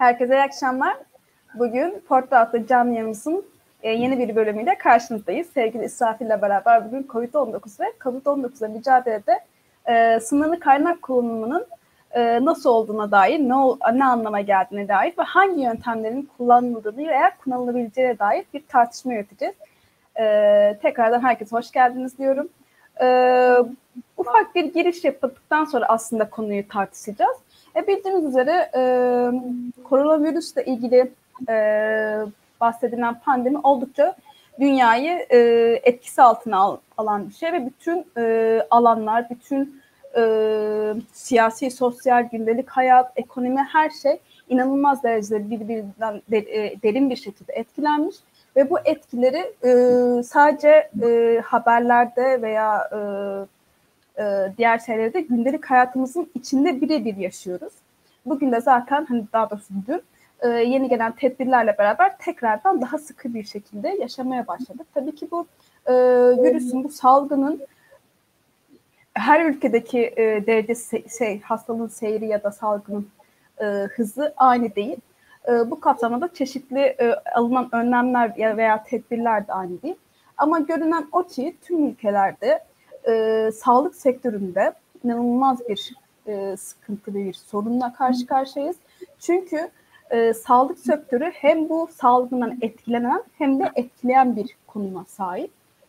Herkese iyi akşamlar. Bugün Porto adlı canlı yayınımızın yeni bir bölümüyle karşınızdayız. Sevgili İsrafil ile beraber bugün COVID-19 ve COVID-19'la mücadelede sınırlı kaynak kullanımının nasıl olduğuna dair, ne anlama geldiğine dair ve hangi yöntemlerin kullanıldığını veya kullanılabileceğine dair bir tartışma yürüteceğiz. Tekrardan herkese hoş geldiniz diyorum. Ufak bir giriş yapıldıktan sonra aslında konuyu tartışacağız. Bildiğiniz üzere koronavirüsle ilgili bahsedilen pandemi oldukça dünyayı etkisi altına alan bir şey ve bütün alanlar, bütün siyasi, sosyal, gündelik hayat, ekonomi, her şey inanılmaz derecede birbirinden derin bir şekilde etkilenmiş ve bu etkileri sadece haberlerde veya diğer şeylerde gündelik hayatımızın içinde birebir yaşıyoruz. Bugün de zaten daha doğrusu dün yeni gelen tedbirlerle beraber tekrardan daha sıkı bir şekilde yaşamaya başladık. Tabii ki bu virüsün, bu salgının her ülkedeki derecesi hastalığın seyri ya da salgının hızı aynı değil. Bu kapsamda çeşitli alınan önlemler veya tedbirler de aynı değil. Ama görünen o ki tüm ülkelerde sağlık sektöründe inanılmaz bir sıkıntılı bir sorunla karşı karşıyayız. Çünkü sağlık sektörü hem bu salgından etkilenen hem de etkileyen bir konuma sahip.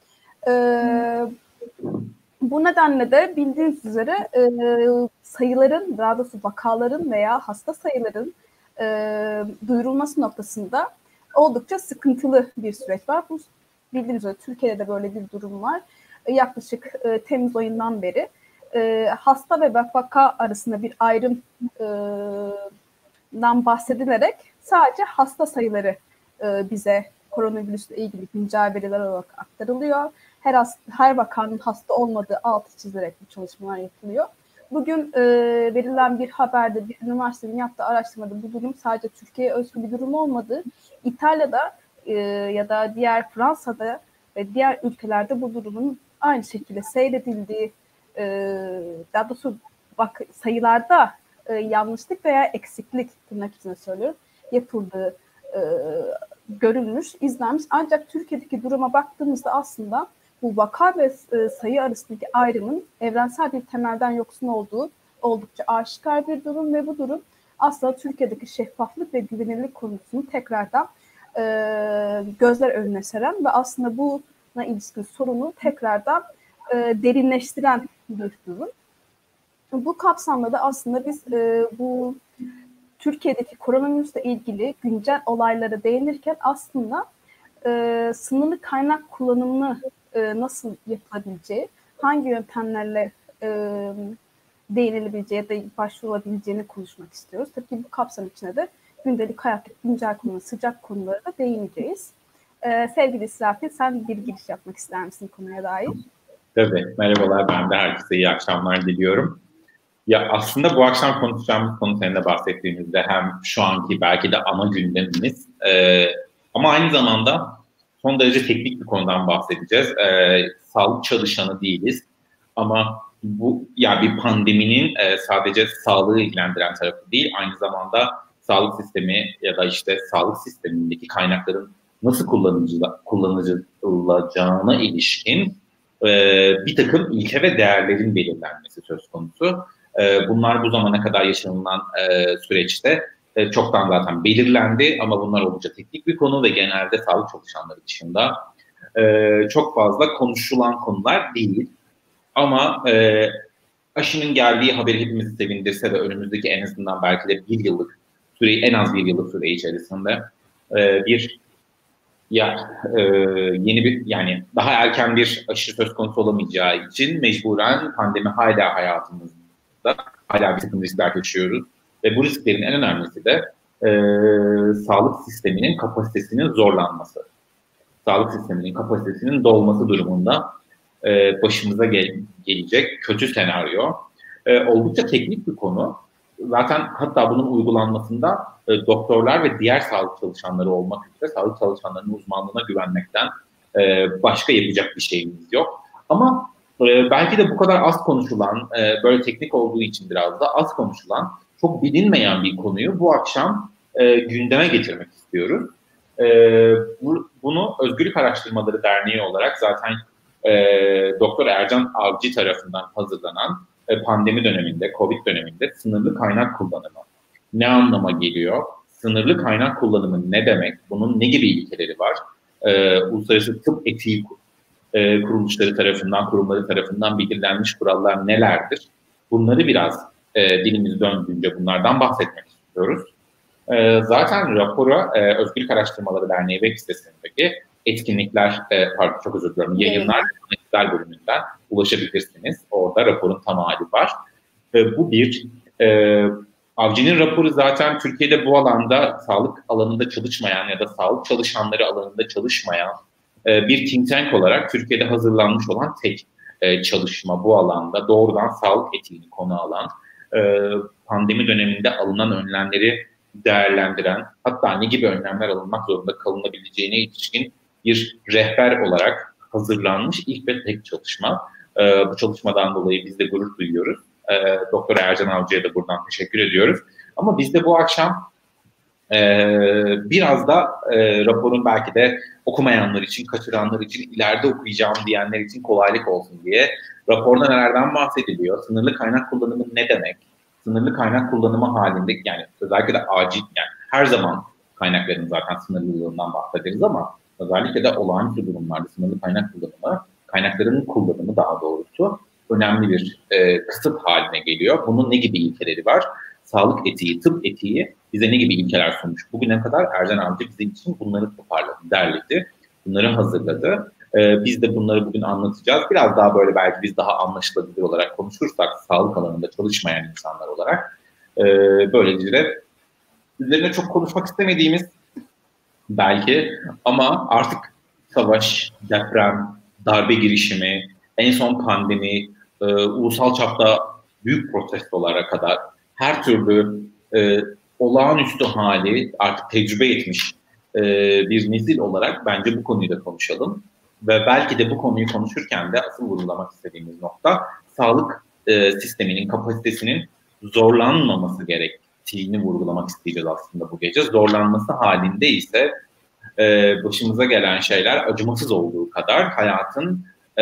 Bu nedenle de bildiğiniz üzere sayıların, daha doğrusu vakaların veya hasta sayıların duyurulması noktasında oldukça sıkıntılı bir süreç var. Bu bildiğiniz üzere Türkiye'de de böyle bir durum var. Yaklaşık Temmuz ayından beri hasta ve vaka arasında bir ayrımdan bahsedilerek sadece hasta sayıları bize koronavirüsle ilgili güncel veriler olarak aktarılıyor. Her vakanın hasta olmadığı altı çizilerek bu çalışmalar yapılıyor. Bugün verilen bir haberde bir üniversitenin yaptığı araştırmada bu durum sadece Türkiye'ye özgü bir durum olmadığı, İtalya'da ya da diğer Fransa'da ve diğer ülkelerde bu durumun aynı şekilde seyredildiği, daha doğrusu sayılarda yanlışlık veya eksiklik tırnak içinde söylüyorum yapıldığı görülmüş, izlenmiş. Ancak Türkiye'deki duruma baktığımızda aslında bu vaka ve sayı arasındaki ayrımın evrensel bir temelden yoksun olduğu oldukça aşikar bir durum ve bu durum aslında Türkiye'deki şeffaflık ve güvenilirlik konusunu tekrardan gözler önüne seren ve aslında buna ilişkin sorunu tekrardan derinleştiren bir durum. Bu kapsamda da aslında biz bu Türkiye'deki koronavirüsle ilgili güncel olaylara değinirken aslında sınırlı kaynak kullanımını nasıl yapılabileceği, hangi yöntemlerle değinilebileceği ya da başvurulabileceğini konuşmak istiyoruz. Tabii ki bu kapsam içinde de gündelik hayattaki güncel konu, sıcak konulara da değineceğiz. Sevgili İsrafil, sen bir giriş yapmak ister misin konuya dair? Tabii, merhabalar. Ben de herkese iyi akşamlar diliyorum. Ya aslında bu akşam konuşacağımız konu senin de bahsettiğimizde hem şu anki belki de ana gündemimiz ama aynı zamanda son derece teknik bir konudan bahsedeceğiz. Sağlık çalışanı değiliz ama bu bir pandeminin sadece sağlığı ilgilendiren tarafı değil, aynı zamanda sağlık sistemi ya da işte sağlık sistemindeki kaynakların nasıl kullanılacağına ilişkin bir takım ilke ve değerlerin belirlenmesi söz konusu. Bunlar bu zamana kadar yaşanılan süreçte çoktan zaten belirlendi ama bunlar oldukça teknik bir konu ve genelde sağlık çalışanları dışında çok fazla konuşulan konular değil. Ama aşının geldiği haberi hepimizi sevindirse de önümüzdeki en azından belki de en az bir yıllık süre içerisinde yeni bir daha erken bir aşı söz konusu olamayacağı için mecburen pandemi hala hayatımızda, hala bir takım riskler taşıyoruz ve bu risklerin en önemlisi de sağlık sisteminin kapasitesinin zorlanması. Sağlık sisteminin kapasitesinin dolması durumunda başımıza gelecek kötü senaryo. Oldukça teknik bir konu. Zaten hatta bunun uygulanmasında doktorlar ve diğer sağlık çalışanları olmak üzere sağlık çalışanlarının uzmanlığına güvenmekten başka yapacak bir şeyimiz yok. Ama belki de bu kadar az konuşulan, böyle teknik olduğu için biraz da az konuşulan, çok bilinmeyen bir konuyu bu akşam gündeme getirmek istiyoruz. Bunu Özgürlük Araştırmaları Derneği olarak zaten Doktor Ercan Avcı tarafından hazırlanan pandemi döneminde, Covid döneminde sınırlı kaynak kullanımı ne anlama geliyor? Sınırlı kaynak kullanımı ne demek? Bunun ne gibi ilkeleri var? Uluslararası tıp etiği kuruluşları tarafından, kurumları tarafından belirlenmiş kurallar nelerdir? Bunları biraz dilimiz döndüğünce bunlardan bahsetmek istiyoruz. Zaten rapora Özgürlük Araştırmaları Derneği web sitesindeki etkinlikler, pardon çok özür diliyorum, yayınlar bölümünden ulaşabilirsiniz. Orada raporun tamamı var. Bu bir. Avcı'nın raporu zaten Türkiye'de bu alanda sağlık alanında çalışmayan ya da sağlık çalışanları alanında çalışmayan bir think tank olarak Türkiye'de hazırlanmış olan tek çalışma bu alanda doğrudan sağlık etiğini konu alan, pandemi döneminde alınan önlemleri değerlendiren, hatta ne gibi önlemler alınmak zorunda kalınabileceğine ilişkin bir rehber olarak hazırlanmış ilk ve tek çalışma. Bu çalışmadan dolayı biz de gurur duyuyoruz. Doktor Ercan Avcı'ya da buradan teşekkür ediyoruz. Ama biz de bu akşam biraz da raporun belki de okumayanlar için, kaçıranlar için, ileride okuyacağım diyenler için kolaylık olsun diye raporda nelerden bahsediliyor? Sınırlı kaynak kullanımı ne demek? Sınırlı kaynak kullanımı halinde yani özellikle de acil yani her zaman kaynakların zaten sınırlılığından bahsederiz ama özellikle de olağanüstü durumlarda sınırlı kaynak kullanımı, kaynakların kullanımı daha doğrusu önemli bir kısıt haline geliyor. Bunun ne gibi ilkeleri var? Sağlık etiği, tıp etiği bize ne gibi ilkeler sunmuş? Bugüne kadar Ercan Avcı bizim için bunları toparladı, derledi, bunları hazırladı. Biz de bunları bugün anlatacağız. Biraz daha böyle belki biz daha anlaşılabilir olarak konuşursak sağlık alanında çalışmayan insanlar olarak böylece üzerine çok konuşmak istemediğimiz belki ama artık savaş, deprem, darbe girişimi, en son pandemi, ulusal çapta büyük protestolara kadar her türlü olağanüstü hali artık tecrübe etmiş bir nesil olarak bence bu konuyu da konuşalım. Ve belki de bu konuyu konuşurken de asıl vurgulamak istediğimiz nokta sağlık sisteminin kapasitesinin zorlanmaması gerektiğini vurgulamak isteyeceğiz aslında bu gece. Zorlanması halinde ise başımıza gelen şeyler acımasız olduğu kadar hayatın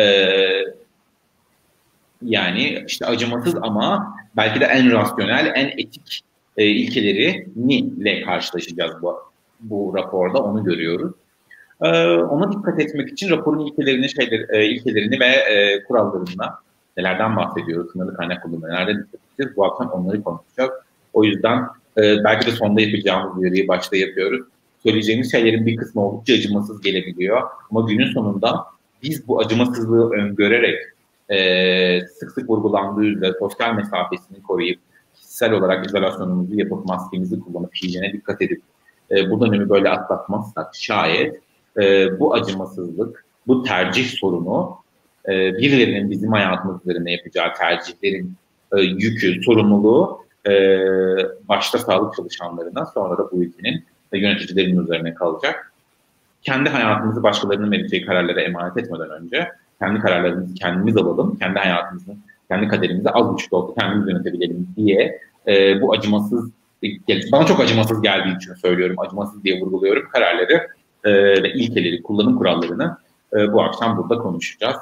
yani işte acımasız ama belki de en rasyonel, en etik ilkeleriyle karşılaşacağız bu raporda, onu görüyoruz. Ona dikkat etmek için raporun ilkelerini ve kurallarına nelerden bahsediyoruz, sınırlı kaynak kullanımına nereden dikkat edeceğiz, bu akşam onları konuşacağız. O yüzden belki de sonda yapacağımız uyarıyı başta yapıyoruz. Söyleyeceğimiz şeylerin bir kısmı oldukça acımasız gelebiliyor ama günün sonunda biz bu acımasızlığı öngörerek sık sık vurgulandığı üzere sosyal mesafesini koruyup kişisel olarak izolasyonumuzu yapıp maskemizi kullanıp hijyene dikkat edip bu dönemi böyle atlatmazsak şayet bu acımasızlık, bu tercih sorunu birilerinin bizim hayatımız üzerine yapacağı tercihlerin yükü, sorumluluğu başta sağlık çalışanlarına sonra da bu ülkenin yöneticilerinin üzerine kalacak. Kendi hayatımızı başkalarının vereceği kararlara emanet etmeden önce kendi kararlarımızı kendimiz alalım, kendi hayatımızı, kendi kaderimizi az buçuk da olsa kendimiz yönetebilelim diye bu acımasız, bana çok acımasız geldiği için söylüyorum, acımasız diye vurguluyorum kararları ve ilkeleri, kullanım kurallarını bu akşam burada konuşacağız.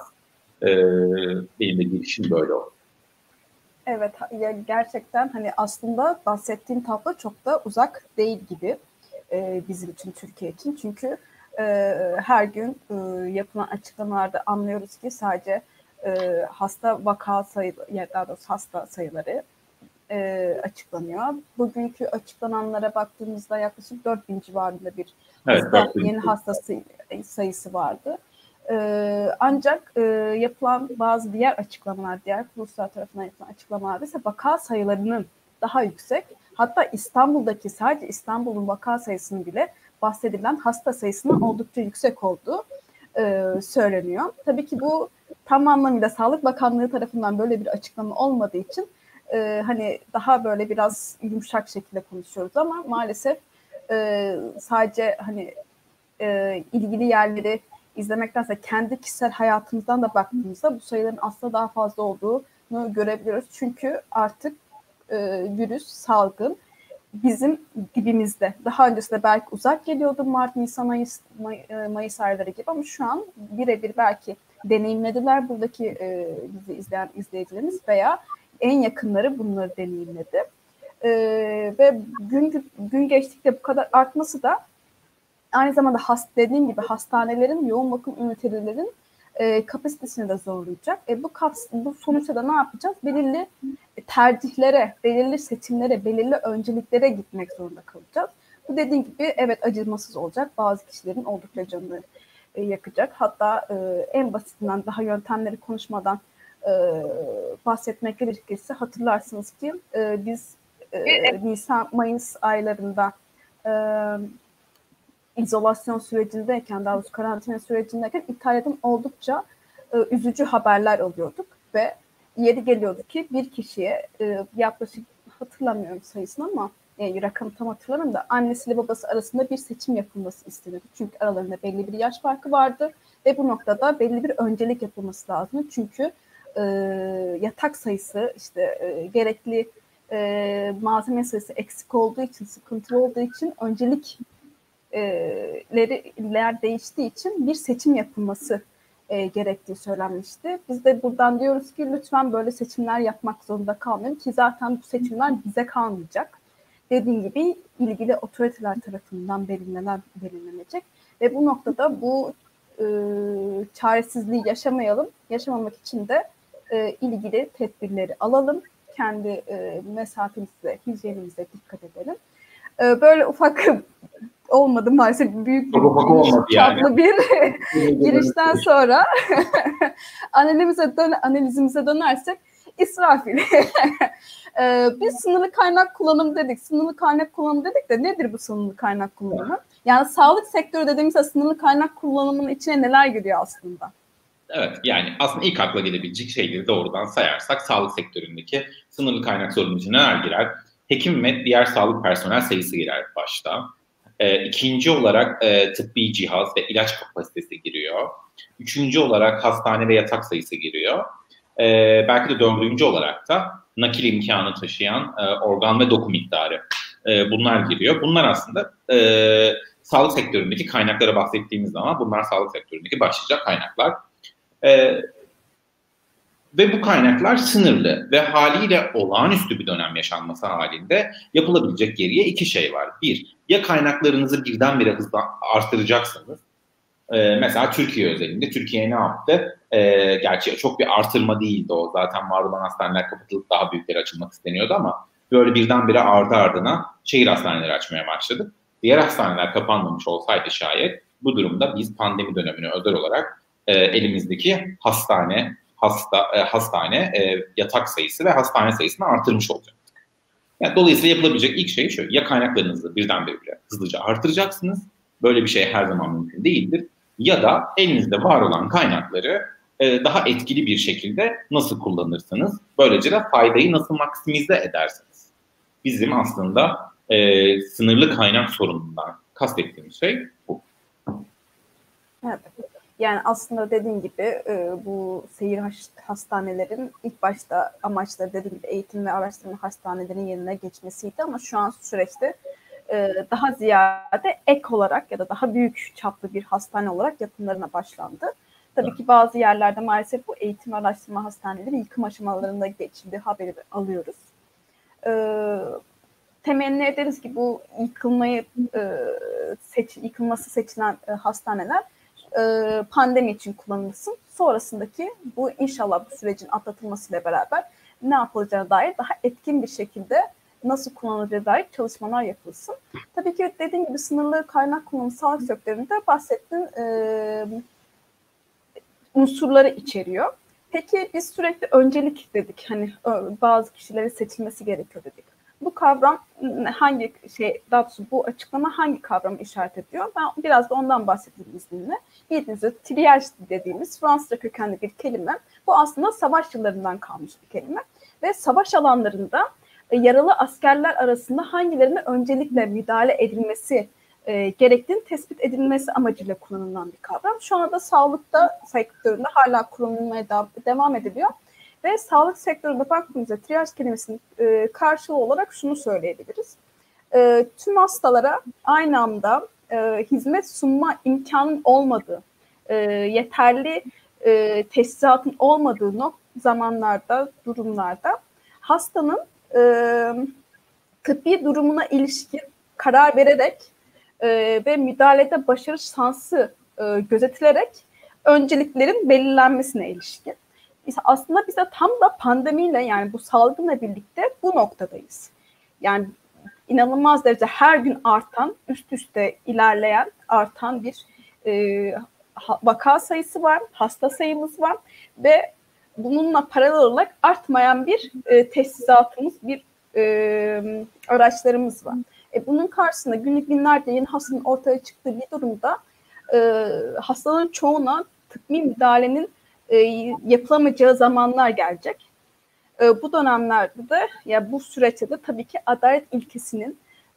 Benim de girişim böyle oldu. Evet, gerçekten hani aslında bahsettiğim tablo çok da uzak değil gibi bizim için, Türkiye için. Çünkü her gün yapılan açıklamalarda anlıyoruz ki sadece hasta vaka sayıları, daha doğrusu hasta sayıları açıklanıyor. Bugünkü açıklananlara baktığımızda yaklaşık 4000 civarında bir yeni hasta sayısı vardı. Ancak yapılan bazı diğer açıklamalar, diğer kuruluşlar tarafından yapılan açıklamalarda ise vaka sayılarının daha yüksek. Hatta İstanbul'daki sadece İstanbul'un vaka sayısının bile bahsedilen hasta sayısının oldukça yüksek olduğu söyleniyor. Tabii ki bu tam anlamıyla Sağlık Bakanlığı tarafından böyle bir açıklama olmadığı için hani daha böyle biraz yumuşak şekilde konuşuyoruz ama maalesef sadece hani ilgili yerleri izlemektense kendi kişisel hayatımızdan da baktığımızda bu sayıların aslında daha fazla olduğunu görebiliyoruz. Çünkü artık virüs, salgın bizim dibimizde. Daha öncesinde belki uzak geliyordu Mart, Nisan, Mayıs ayları gibi ama şu an birebir belki deneyimlediler buradaki bizi izleyen izleyicilerimiz veya en yakınları bunları deneyimledi. Ve gün geçtikçe bu kadar artması da aynı zamanda dediğim gibi hastanelerin, yoğun bakım ünitelerin kapasitesini de zorlayacak. Bu sonuçta da ne yapacağız? Belirli tercihlere, belirli seçimlere, belirli önceliklere gitmek zorunda kalacağız. Bu dediğim gibi evet acımasız olacak. Bazı kişilerin oldukça canını yakacak. Hatta en basitinden daha yöntemleri konuşmadan bahsetmek gerekirse hatırlarsınız ki biz Nisan-Mayıs aylarında izolasyon sürecindeyken, daha doğrusu karantina sürecindeyken İtalya'dan oldukça üzücü haberler alıyorduk ve yeri geliyordu ki bir kişiye yaklaşık hatırlamıyorum sayısını ama rakamı tam hatırlamıyorum da annesiyle babası arasında bir seçim yapılması isteniyordu. Çünkü aralarında belli bir yaş farkı vardı ve bu noktada belli bir öncelik yapılması lazım. Çünkü yatak sayısı işte gerekli malzeme sayısı eksik olduğu için, sıkıntılı olduğu için öncelikler değiştiği için bir seçim yapılması gerektiği söylenmişti. Biz de buradan diyoruz ki lütfen böyle seçimler yapmak zorunda kalmayın ki zaten bu seçimler bize kalmayacak. Dediğim gibi ilgili otoriteler tarafından belirlenecek ve bu noktada bu çaresizliği yaşamamak için de ilgili tedbirleri alalım. Kendi mesafemize, hijyenimize dikkat edelim. Böyle ufak olmadı maalesef büyük bir çaplı bir girişten sonra analizimize dönersek İsrafil. Biz sınırlı kaynak kullanımı dedik. Sınırlı kaynak kullanımı dedik de nedir bu sınırlı kaynak kullanımı? Yani sağlık sektörü dediğimizde sınırlı kaynak kullanımının içine neler giriyor aslında? Evet, yani aslında ilk akla gelebilecek şeyleri doğrudan sayarsak sağlık sektöründeki sınırlı kaynak sorunun içine neler girer? Hekim ve diğer sağlık personel sayısı girer başta. İkinci olarak tıbbi cihaz ve ilaç kapasitesi giriyor. Üçüncü olarak hastane ve yatak sayısı giriyor. Belki de dördüncü olarak da nakil imkanı taşıyan organ ve doku miktarı. Bunlar giriyor. Bunlar aslında sağlık sektöründeki kaynaklara bahsettiğimiz zaman bunlar sağlık sektöründeki başlıca kaynaklar. Ve bu kaynaklar sınırlı ve haliyle olağanüstü bir dönem yaşanması halinde yapılabilecek geriye iki şey var. Bir, ya kaynaklarınızı birdenbire hızla artıracaksınız. Mesela Türkiye özelinde Türkiye ne yaptı? Gerçi çok bir artırma değildi o. Zaten var olan hastaneler kapatılıp daha büyükleri açılmak isteniyordu ama böyle birdenbire ardı ardına şehir hastaneleri açmaya başladık. Diğer hastaneler kapanmamış olsaydı şayet bu durumda biz pandemi dönemine özel olarak elimizdeki hastane, yatak sayısı ve hastane sayısını artırmış olacak. Yani dolayısıyla yapılabilecek ilk şey şu: ya kaynaklarınızı birdenbire hızlıca artıracaksınız. Böyle bir şey her zaman mümkün değildir. Ya da elinizde var olan kaynakları daha etkili bir şekilde nasıl kullanırsınız? Böylece de faydayı nasıl maksimize edersiniz? Bizim aslında sınırlı kaynak sorunundan kastettiğimiz şey bu. Evet. Yani aslında dediğim gibi bu seyir hastanelerin ilk başta amaçları dediğim gibi eğitim ve araştırma hastanelerinin yerine geçmesiydi ama şu an süreçte daha ziyade ek olarak ya da daha büyük çaplı bir hastane olarak yapımlarına başlandı. Tabii ki bazı yerlerde maalesef bu eğitim ve araştırma hastaneleri yıkım aşamalarında geçildiği haberi alıyoruz. Temenni ederiz ki bu yıkılması seçilen hastaneler pandemi için kullanılsın. Sonrasındaki bu inşallah bu sürecin atlatılmasıyla beraber ne yapılacağına dair daha etkin bir şekilde nasıl kullanılacağı dair çalışmalar yapılsın. Tabii ki dediğim gibi sınırlı kaynak kullanımı sağlık sektöründe bahsettiğim unsurları içeriyor. Peki biz sürekli öncelik dedik. Hani bazı kişilerin seçilmesi gerekiyor dedik. Bu kavram daha doğrusu bu açıklama hangi kavramı işaret ediyor? Ben biraz da ondan bahsedeyim izninle. Bildiğinizde triyaj dediğimiz Fransızca kökenli bir kelime. Bu aslında savaş yıllarından kalmış bir kelime. Ve savaş alanlarında yaralı askerler arasında hangilerine öncelikle müdahale edilmesi gerektiğini tespit edilmesi amacıyla kullanılan bir kavram. Şu anda sağlıkta sektöründe hala kullanılmaya devam ediliyor. Ve sağlık sektöründe baktığımızda triyaj kelimesinin karşılığı olarak şunu söyleyebiliriz. tüm hastalara aynı anda hizmet sunma imkanının olmadığı, yeterli teçhizatın olmadığı zamanlarda, durumlarda hastanın tıbbi durumuna ilişkin karar vererek ve müdahalede başarı şansı gözetilerek önceliklerin belirlenmesine ilişkin. Aslında biz de tam da pandemiyle, yani bu salgınla birlikte bu noktadayız. Yani inanılmaz derece her gün artan, üst üste ilerleyen, artan bir vaka sayısı var, hasta sayımız var ve bununla paralel olarak artmayan bir teçhizatımız, bir araçlarımız var. Bunun karşısında günlük binlerce yeni hastanın ortaya çıktığı bir durumda hastaların çoğuna tıbbi müdahalenin yapılamayacağı zamanlar gelecek. Bu dönemlerde de, ya bu süreçte de tabii ki adalet ilkesinin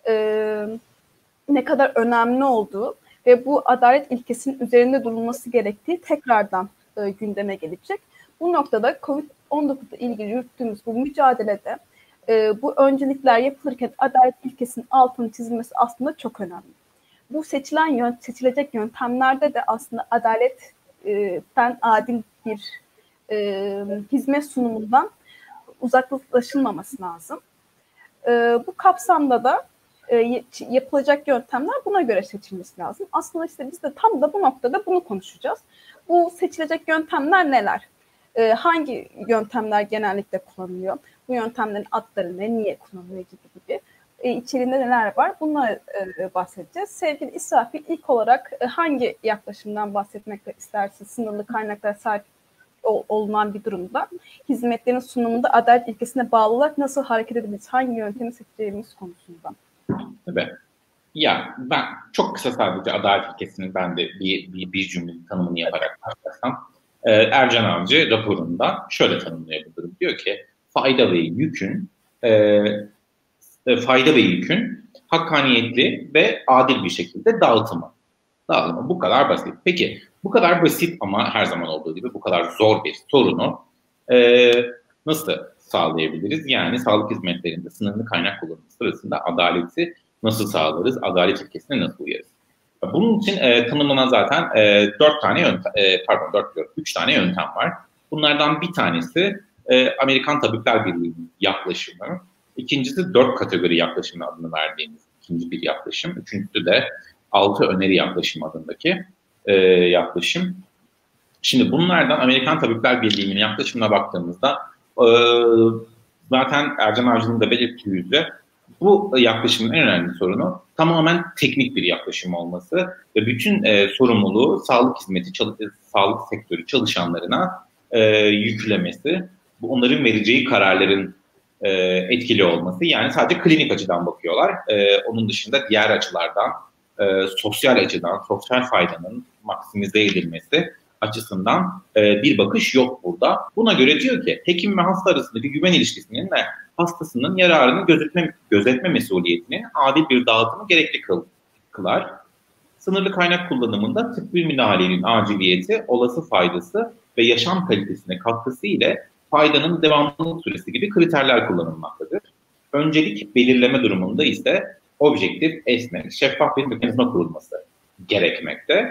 ne kadar önemli olduğu ve bu adalet ilkesinin üzerinde durulması gerektiği tekrardan gündeme gelecek. Bu noktada COVID-19 ile ilgili yürüttüğümüz bu mücadelede bu öncelikler yapılırken adalet ilkesinin altını çizilmesi aslında çok önemli. Bu seçilecek yöntemlerde de aslında adaletten adil bir hizmet sunumundan uzaklaşılmaması lazım. Bu kapsamda da yapılacak yöntemler buna göre seçilmesi lazım. Aslında işte biz de tam da bu noktada bunu konuşacağız. Bu seçilecek yöntemler neler? Hangi yöntemler genellikle kullanılıyor? Bu yöntemlerin adları ne, niye kullanılıyor gibi. İçeriğinde neler var? Bunları bahsedeceğiz. Sevgili İsrafil, ilk olarak hangi yaklaşımdan bahsetmek istersin? Sınırlı kaynaklara sahip olunan bir durumda hizmetlerin sunumunda adalet ilkesine bağlı olarak nasıl hareket edebiliriz? Hangi yöntemi seçeceğimiz konusunda? Tabii. Ya ben çok kısa sadece adalet ilkesinin ben de bir cümle tanımını yaparak başlasam. Ercan Avcı raporunda şöyle tanımlıyor bu durum. Diyor ki fayda ve yükün hakkaniyetli ve adil bir şekilde dağıtımı. Bu kadar basit. Peki bu kadar basit ama her zaman olduğu gibi bu kadar zor bir sorunu nasıl sağlayabiliriz? Yani sağlık hizmetlerinde sınırlı kaynak kullanımı sırasında adaleti nasıl sağlarız? Adalet ilkesine nasıl uyarız? Bunun için tanımlanan zaten 3 tane yöntem var. Bunlardan bir tanesi Amerikan Tabipler Birliği'nin yaklaşımı. İkincisi 4 kategori yaklaşımı adını verdiğimiz ikinci bir yaklaşım. Üçüncüsü de 6 öneri yaklaşım adındaki yaklaşım. Şimdi bunlardan Amerikan Tabipler Birliği'nin yaklaşımına baktığımızda zaten Ercan Avcı'nın da belirttiği üzere bu yaklaşımın en önemli sorunu tamamen teknik bir yaklaşım olması ve bütün sorumluluğu sağlık sektörü çalışanlarına yüklemesi, onların vereceği kararların etkili olması. Yani sadece klinik açıdan bakıyorlar. Onun dışında diğer açılardan, sosyal açıdan, sosyal faydanın maksimize edilmesi açısından bir bakış yok burada. Buna göre diyor ki hekim ve hasta arasındaki güven ilişkisinin ve hastasının yararını gözetme mesuliyetinin adil bir dağıtımı gerekli kılar. Sınırlı kaynak kullanımında tıbbi müdahalenin aciliyeti, olası faydası ve yaşam kalitesine katkısı ile faydanın devamlılık süresi gibi kriterler kullanılmaktadır. Öncelik belirleme durumunda ise objektif, esnek, şeffaf bir mekanizma kurulması gerekmekte.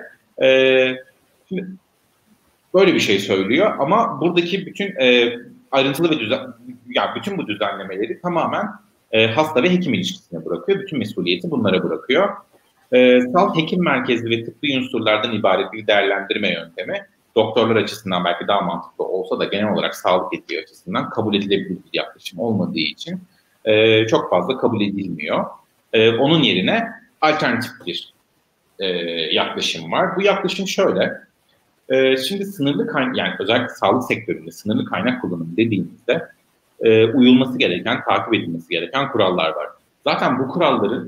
Şimdi böyle bir şey söylüyor ama buradaki bütün ayrıntılı ve bütün bu düzenlemeleri tamamen hasta ve hekim ilişkisine bırakıyor. Bütün mesuliyeti bunlara bırakıyor. Salt hekim merkezli ve tıbbi unsurlardan ibaret bir değerlendirme yöntemi doktorlar açısından belki daha mantıklı olsa da genel olarak sağlık etiği açısından kabul edilebilir bir yaklaşım olmadığı için çok fazla kabul edilmiyor. Onun yerine alternatif bir yaklaşım var. Bu yaklaşım şöyle. Şimdi sınırlı kaynak, yani özellikle sağlık sektöründe sınırlı kaynak kullanımı dediğimizde uyulması gereken, takip edilmesi gereken kurallar var. Zaten bu kuralların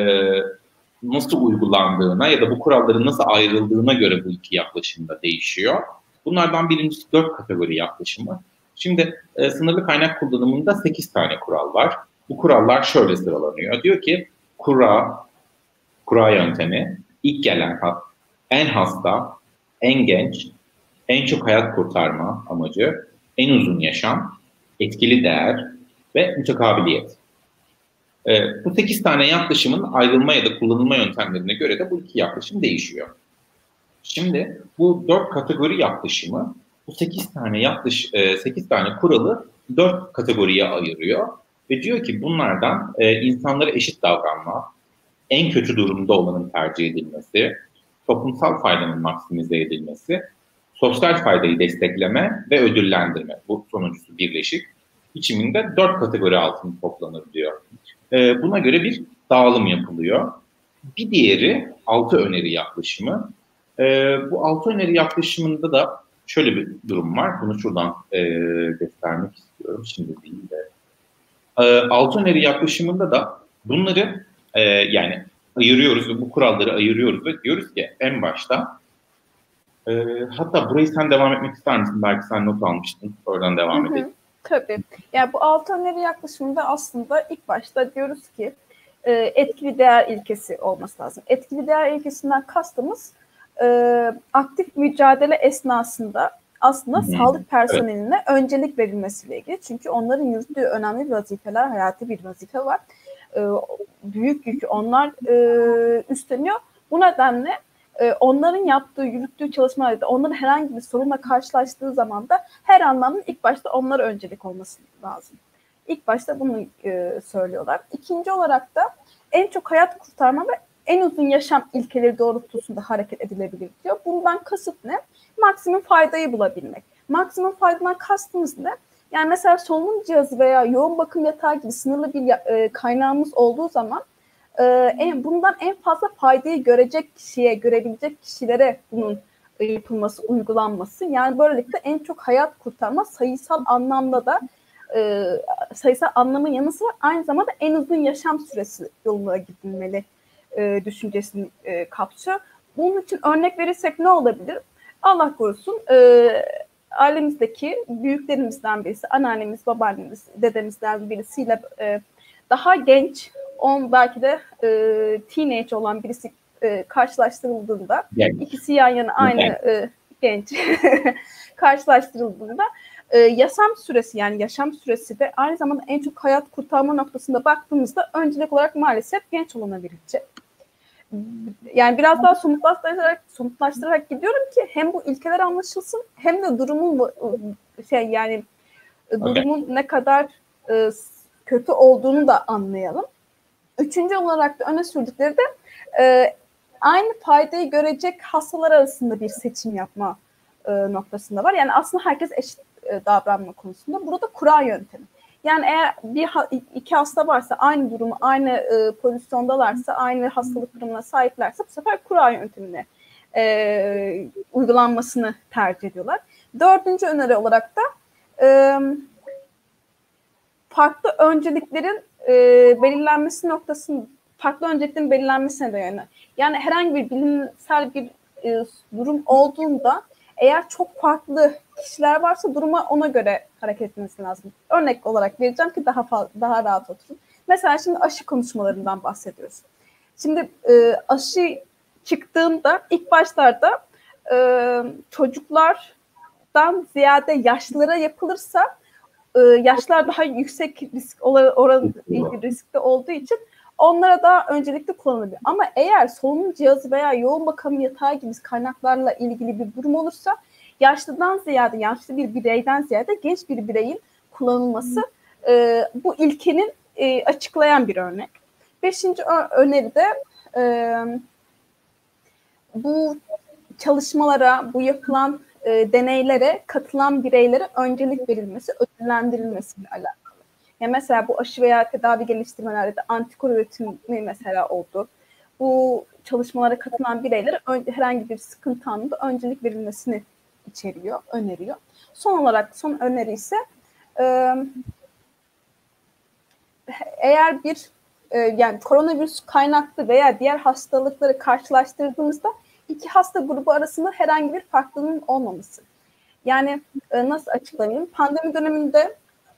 nasıl uygulandığına ya da bu kuralların nasıl ayrıldığına göre bu iki yaklaşım da değişiyor. Bunlardan birincisi 4 kategori yaklaşımı. Şimdi sınırlı kaynak kullanımında 8 tane kural var. Bu kurallar şöyle sıralanıyor. Diyor ki kura yöntemi, ilk gelen, en hasta, en genç, en çok hayat kurtarma amacı, en uzun yaşam, etkili değer ve mütekabiliyet. Bu 8 tane yaklaşımın ayrılma ya da kullanılma yöntemlerine göre de bu iki yaklaşım değişiyor. Şimdi bu 4 kategori yaklaşımı bu 8 tane kuralı 4 kategoriye ayırıyor ve diyor ki bunlardan insanlara eşit davranma, en kötü durumda olanın tercih edilmesi, toplumsal faydanın maksimize edilmesi, sosyal faydayı destekleme ve ödüllendirme. Bu sonuncusu birleşik biçiminde 4 kategori altında toplanır diyor. Buna göre bir dağılım yapılıyor. Bir diğeri 6 öneri yaklaşımı. Bu 6 öneri yaklaşımında da şöyle bir durum var. Bunu şuradan göstermek istiyorum. Şimdi değil de. 6 öneri yaklaşımında da bunları yani ayırıyoruz ve bu kuralları ayırıyoruz ve diyoruz ki en başta hatta burayı sen devam etmek ister misin? Belki sen not almıştın. Oradan devam edelim. Tabii. Yani bu 6 öneri yaklaşımında aslında ilk başta diyoruz ki etkili değer ilkesi olması lazım. Etkili değer ilkesinden kastımız aktif mücadele esnasında aslında sağlık personeline öncelik verilmesiyle ilgili. Çünkü onların yürüttüğü önemli vazifeler, hayati bir vazife var. Büyük yükü onlar üstleniyor. Bu nedenle onların yürüttüğü çalışmalarda, onların herhangi bir sorunla karşılaştığı zaman da her anlamda ilk başta onlara öncelik olması lazım. İlk başta bunu söylüyorlar. İkinci olarak da en çok hayat kurtarma ve en uzun yaşam ilkeleri doğrultusunda hareket edilebilir diyor. Bundan kasıt ne? Maksimum faydayı bulabilmek. Maksimum faydadan kastımız ne? Yani mesela solunum cihazı veya yoğun bakım yatağı gibi sınırlı bir kaynağımız olduğu zaman bundan en fazla faydayı görebilecek kişilere bunun yapılması, uygulanması. Yani böylelikle en çok hayat kurtarma sayısal anlamda da sayısal anlamın yanı sıra aynı zamanda en uzun yaşam süresi yoluna gidilmeli düşüncesini kapsıyor. Bunun için örnek verirsek ne olabilir? Allah korusun ailemizdeki büyüklerimizden birisi, anneannemiz, babaannemiz, dedemizden birisiyle daha genç, belki de teenage olan birisi karşılaştırıldığında, ikisi yan yana aynı genç karşılaştırıldığında yaşam süresi de aynı zamanda en çok hayat kurtarma noktasında baktığımızda öncelik olarak maalesef genç olana verilecek. Yani biraz daha somutlaştırarak gidiyorum ki hem bu ilkeler anlaşılsın hem de durumun durumun ne kadar kötü olduğunu da anlayalım. Üçüncü olarak da öne sürdükleri de aynı faydayı görecek hastalar arasında bir seçim yapma noktasında var. Yani aslında herkes eşit davranma konusunda. Burada kura yöntemi. Yani eğer iki hasta varsa aynı durumu, aynı pozisyondalarsa, aynı hastalık durumuna sahiplerse bu sefer kura yöntemine uygulanmasını tercih ediyorlar. Dördüncü öneri olarak da farklı önceliklerin belirlenmesine dayanıyor. Yani herhangi bir bilimsel bir durum olduğunda eğer çok farklı kişiler varsa duruma ona göre hareket etmesi lazım. Örnek olarak vereceğim ki daha rahat oturun. Mesela şimdi aşı konuşmalarından bahsediyoruz. Şimdi aşı çıktığında ilk başlarda çocuklardan ziyade yaşlılara yapılırsa yaşlar daha yüksek riskte olduğu için onlara daha öncelikli kullanılabilir. Ama eğer solunum cihazı veya yoğun bakım yatağı gibi kaynaklarla ilgili bir durum olursa yaşlı bir bireyden ziyade genç bir bireyin kullanılması bu ilkenin açıklayan bir örnek. Beşinci öneri de bu çalışmalara, bu yapılan deneylere katılan bireylere öncelik verilmesi, ödüllendirilmesiyle alakalı. Yani mesela bu aşı veya tedavi geliştirmelerde de antikor üretimi mesela oldu. Bu çalışmalara katılan bireylere herhangi bir sıkıntı anında öncelik verilmesini öneriyor. Son öneri ise eğer yani koronavirüs kaynaklı veya diğer hastalıkları karşılaştırdığımızda iki hasta grubu arasında herhangi bir farklılığın olmaması. Yani nasıl açıklayayım? Pandemi döneminde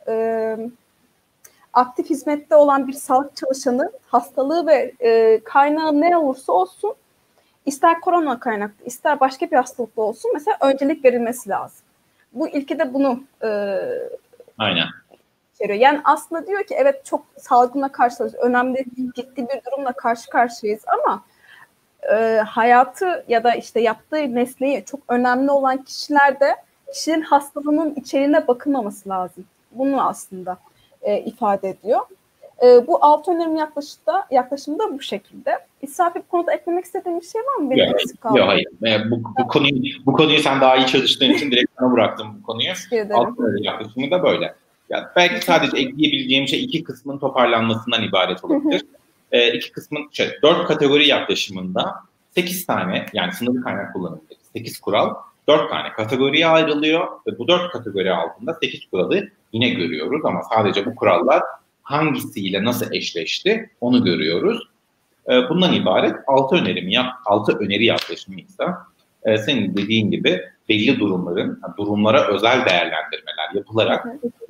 aktif hizmette olan bir sağlık çalışanı hastalığı ve kaynağı ne olursa olsun, ister korona kaynaklı, ister başka bir hastalıklı olsun mesela öncelik verilmesi lazım. Bu ilke de bunu aynen içeriyor. Yani aslında diyor ki evet çok salgınla karşılaşıyoruz. Önemli, ciddi bir durumla karşı karşıyayız ama hayatı ya da işte yaptığı mesleği çok önemli olan kişilerde kişinin hastalığının içeriğine bakılmaması lazım. Bunu aslında ifade ediyor. Bu 6 önemli yaklaşımda bu şekilde. İsrafil, bu konuda eklemek istediğim bir şey var mı? Yok, hayır. Bu konuyu sen daha iyi çalıştığın için direkt sana bıraktım bu konuyu. Altı önemli yaklaşımı da böyle. Yani belki sadece ekleyebileceğim şey 2 kısmın toparlanmasından ibaret olabilir. 2 kısmın 4 kategori yaklaşımında 8 tane, yani sınırlı kaynak kullanımındaki 8 kural 4 tane kategoriye ayrılıyor ve bu 4 kategori altında 8 kuralı yine görüyoruz ama sadece bu kurallar hangisiyle nasıl eşleşti onu görüyoruz. Bundan ibaret 6 öneri yaklaşımıysa senin dediğin gibi belli durumlara özel değerlendirmeler yapılarak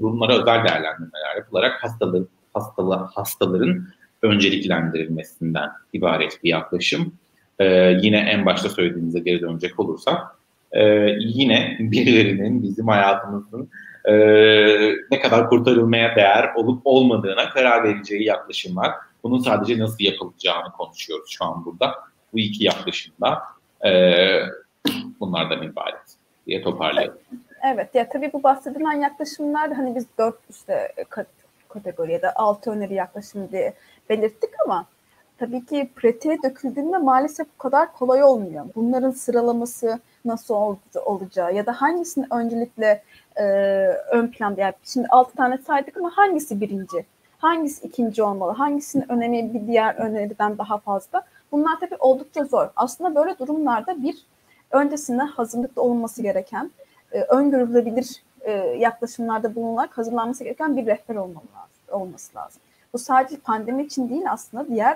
hastaların önceliklendirilmesinden ibaret bir yaklaşım. Yine en başta söylediğimize geri dönecek olursak yine birilerinin bizim hayatımızın ne kadar kurtarılmaya değer olup olmadığına karar vereceği yaklaşımlar. Bunun sadece nasıl yapılacağını konuşuyoruz şu an burada. Bu 2 yaklaşımda bunlardan ibaret diye toparlayalım. Evet, ya tabii bu bahsedilen yaklaşımlar hani biz 4 işte kategoriye de 6 öneri yaklaşım diye belirttik ama tabii ki pratiğe döküldüğünde maalesef bu kadar kolay olmuyor. Bunların sıralaması nasıl olacağı ya da hangisini öncelikle ön planda, yani şimdi 6 tane saydık ama hangisi birinci, hangisi ikinci olmalı, hangisinin önemi bir diğer öneriden daha fazla? Bunlar tabii oldukça zor. Aslında böyle durumlarda bir öncesinde hazırlıklı olunması gereken, öngörülebilir yaklaşımlarda bulunarak hazırlanması gereken bir rehber olması lazım. Bu sadece pandemi için değil, aslında diğer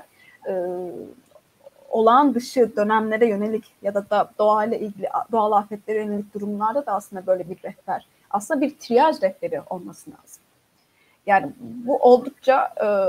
olağan dışı dönemlere yönelik ya da doğayla ilgili, doğal afetlere yönelik durumlarda da aslında böyle bir rehber, aslında bir triyaj rehberi olması lazım. Yani bu oldukça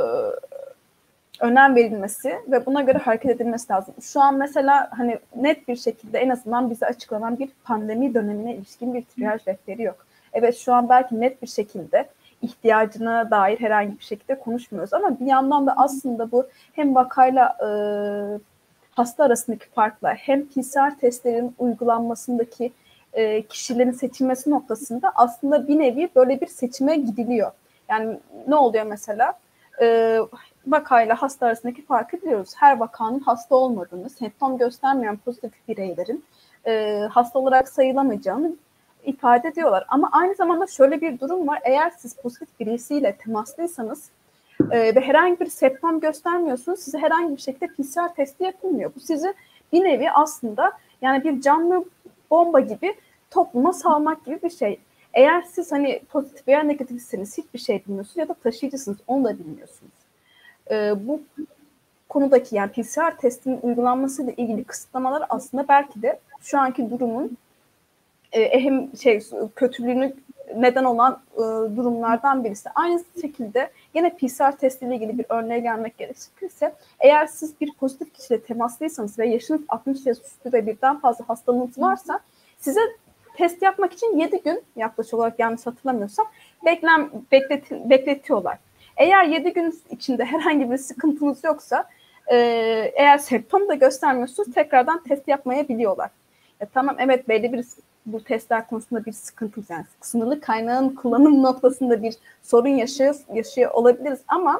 önem verilmesi ve buna göre hareket edilmesi lazım. Şu an mesela hani net bir şekilde en azından bize açıklanan bir pandemi dönemine ilişkin bir triyaj rehberi yok. Evet, şu an belki net bir şekilde ihtiyacına dair herhangi bir şekilde konuşmuyoruz ama bir yandan da aslında bu hem vakayla hasta arasındaki farkla hem PCR testlerin uygulanmasındaki kişilerin seçilmesi noktasında aslında bir nevi böyle bir seçime gidiliyor. Yani ne oluyor mesela? Vakayla hasta arasındaki farkı biliyoruz. Her vakanın hasta olmadığını, semptom göstermeyen pozitif bireylerin hasta olarak sayılamayacağını ifade ediyorlar. Ama aynı zamanda şöyle bir durum var. Eğer siz pozitif birisiyle temaslıysanız ve herhangi bir semptom göstermiyorsunuz, size herhangi bir şekilde PCR testi yapılmıyor. Bu sizi bir nevi aslında yani bir canlı bomba gibi topluma salmak gibi bir şey. Eğer siz hani pozitif veya negatifsiniz, hiçbir şey bilmiyorsunuz ya da taşıyıcısınız, onu da bilmiyorsunuz. Bu konudaki yani PCR testinin uygulanmasıyla ilgili kısıtlamalar aslında belki de şu anki durumun kötülüğünü neden olan durumlardan birisi. Aynı şekilde yine PCR testiyle ilgili bir örneğe gelmek gerekirse, eğer siz bir pozitif kişiyle temaslıysanız ve yaşınız 60 yaş üstü ve birden fazla hastalığınız varsa size test yapmak için 7 gün yaklaşık olarak, yanlış hatırlamıyorsam, bekletiyorlar. Eğer 7 gün içinde herhangi bir sıkıntınız yoksa, eğer semptom da göstermiyorsunuz, tekrardan test yapmayabiliyorlar. Tamam, evet, belli bir bu testler konusunda bir sıkıntı, yani sınırlı kaynağın kullanım noktasında bir sorun yaşıyor olabiliriz ama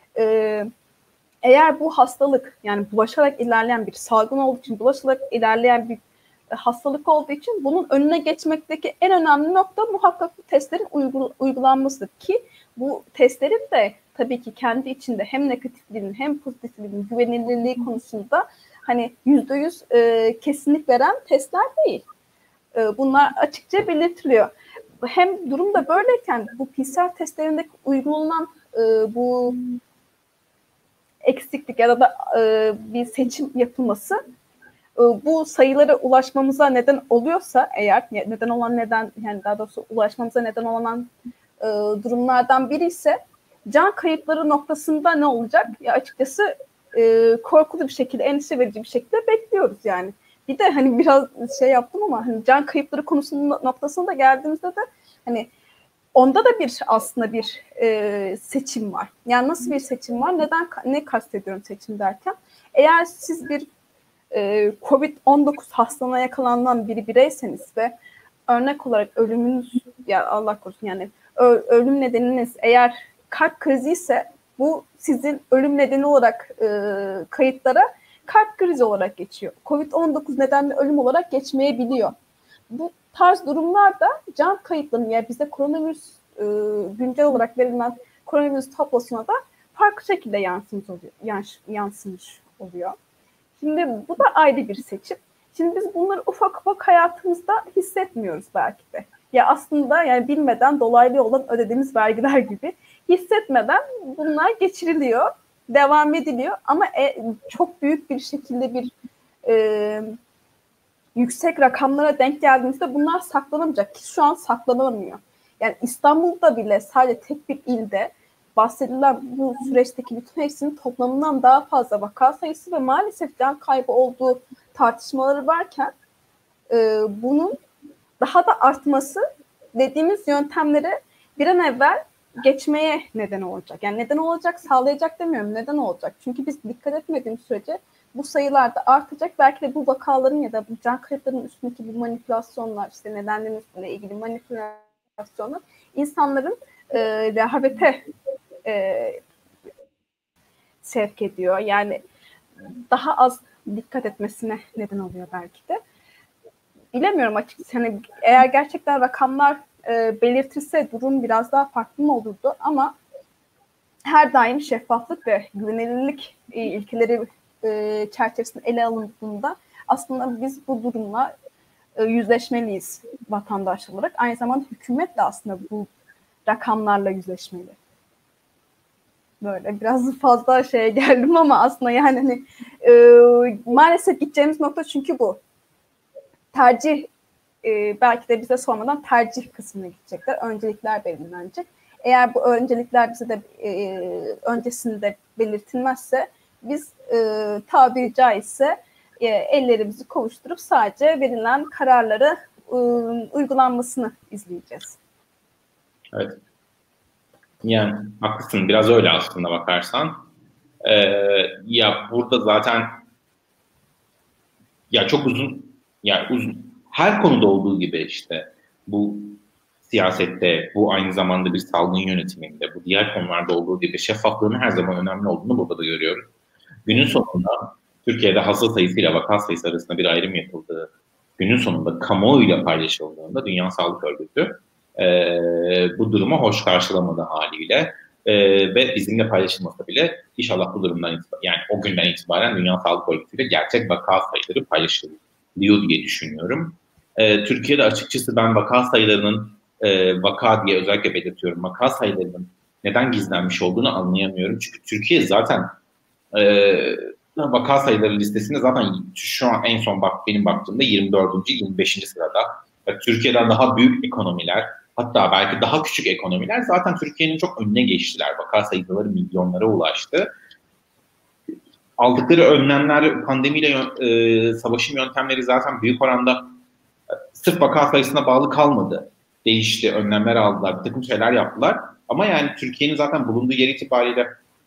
eğer bu hastalık yani bulaşarak ilerleyen bir salgın olduğu için, bulaşarak ilerleyen bir hastalık olduğu için bunun önüne geçmekteki en önemli nokta muhakkak bu testlerin uygulanmasıdır ki bu testlerin de tabii ki kendi içinde hem negatifliğinin hem pozitifliğinin güvenilirliği konusunda hani %100 kesinlik veren testler değil. Bunlar açıkça belirtiliyor. Hem durumda böyleyken bu PCR testlerinde uygulanan bu eksiklik ya da bir seçim yapılması bu sayılara ulaşmamıza neden oluyorsa eğer, yani daha doğrusu ulaşmamıza neden olan durumlardan biri ise can kayıpları noktasında ne olacak? Ya açıkçası korkulu bir şekilde, endişe verici bir şekilde bekliyoruz yani. Bir de hani biraz yaptım ama hani can kayıpları konusunun noktasında geldiğimizde de hani onda da aslında bir seçim var. Yani nasıl bir seçim var? Ne kastediyorum seçim derken? Eğer siz bir COVID-19 hastalığına yakalanan bir bireyseniz ve örnek olarak ölümünüz, ya Allah korusun, yani ölüm nedeniniz eğer kalp krizi ise bu sizin ölüm nedeni olarak kayıtlara kalp krizi olarak geçiyor. COVID-19 nedenli ölüm olarak geçmeyebiliyor. Bu tarz durumlarda can kayıtlarını, yani bize koronavirüs güncel olarak verilen koronavirüs tablosuna da farklı şekilde yansımış oluyor. Şimdi bu da ayrı bir seçim. Şimdi biz bunları ufak ufak hayatımızda hissetmiyoruz belki de. Ya aslında yani bilmeden dolaylı yoldan ödediğimiz vergiler gibi hissetmeden bunlar geçiriliyor, devam ediliyor. Ama çok büyük bir şekilde bir yüksek rakamlara denk geldiğimizde bunlar saklanamayacak ki şu an saklanamıyor. Yani İstanbul'da bile sadece tek bir ilde bahsedilen bu süreçteki bütün hepsinin toplamından daha fazla vaka sayısı ve maalesef can kaybı olduğu tartışmaları varken bunun daha da artması dediğimiz yöntemlere bir an evvel geçmeye neden olacak. Yani neden olacak, sağlayacak demiyorum, neden olacak. Çünkü biz dikkat etmediğimiz sürece bu sayılar da artacak. Belki de bu vakaların ya da bu can kayıplarının üstündeki bu manipülasyonlar, işte nedenlerin üstüne ilgili manipülasyonlar insanların rehavete sevk ediyor. Yani daha az dikkat etmesine neden oluyor belki de. Bilemiyorum açıkçası. Hani eğer gerçekten rakamlar belirtilse durum biraz daha farklı mı olurdu, ama her daim şeffaflık ve güvenilirlik ilkeleri çerçevesinde ele alındığında aslında biz bu durumla yüzleşmeliyiz vatandaş olarak. Aynı zamanda hükümet de aslında bu rakamlarla yüzleşmeli. Böyle biraz fazla şeye geldim ama aslında yani hani, maalesef gideceğimiz nokta çünkü bu. Tercih, belki de bize sormadan tercih kısmına gidecekler. Öncelikler belirlenecek. Eğer bu öncelikler bize de öncesinde belirtilmezse biz tabiri caizse ellerimizi kovuşturup sadece verilen kararları uygulanmasını izleyeceğiz. Evet. Yani haklısın. Biraz öyle aslında bakarsan. Ya burada zaten ya çok uzun, her konuda olduğu gibi işte bu siyasette, bu aynı zamanda bir salgın yönetiminde, bu diğer konularda olduğu gibi şeffaflığın her zaman önemli olduğunu burada da görüyoruz. Günün sonunda Türkiye'de hasta sayısıyla vaka sayısı arasında bir ayrım yapıldığı, günün sonunda kamuoyuyla paylaşıldığında Dünya Sağlık Örgütü bu durumu hoş karşılamadığı haliyle ve bizimle paylaşılmasa bile inşallah bu durumdan yani o günden itibaren Dünya Sağlık Örgütü ile gerçek vaka sayıları paylaşılıyor diye düşünüyorum. Türkiye'de açıkçası ben vaka sayılarının vaka diye özellikle belirtiyorum. Vaka sayılarının neden gizlenmiş olduğunu anlayamıyorum. Çünkü Türkiye zaten vaka sayıları listesinde zaten şu an en son benim baktığımda 24. 25. sırada. Türkiye'den daha büyük ekonomiler, hatta belki daha küçük ekonomiler zaten Türkiye'nin çok önüne geçtiler. Vaka sayıları milyonlara ulaştı. Aldıkları önlemler, pandemiyle savaşın yöntemleri zaten büyük oranda sırf vaka sayısına bağlı kalmadı. Değişti, önlemler aldılar, bir takım şeyler yaptılar. Ama yani Türkiye'nin zaten bulunduğu yer itibariyle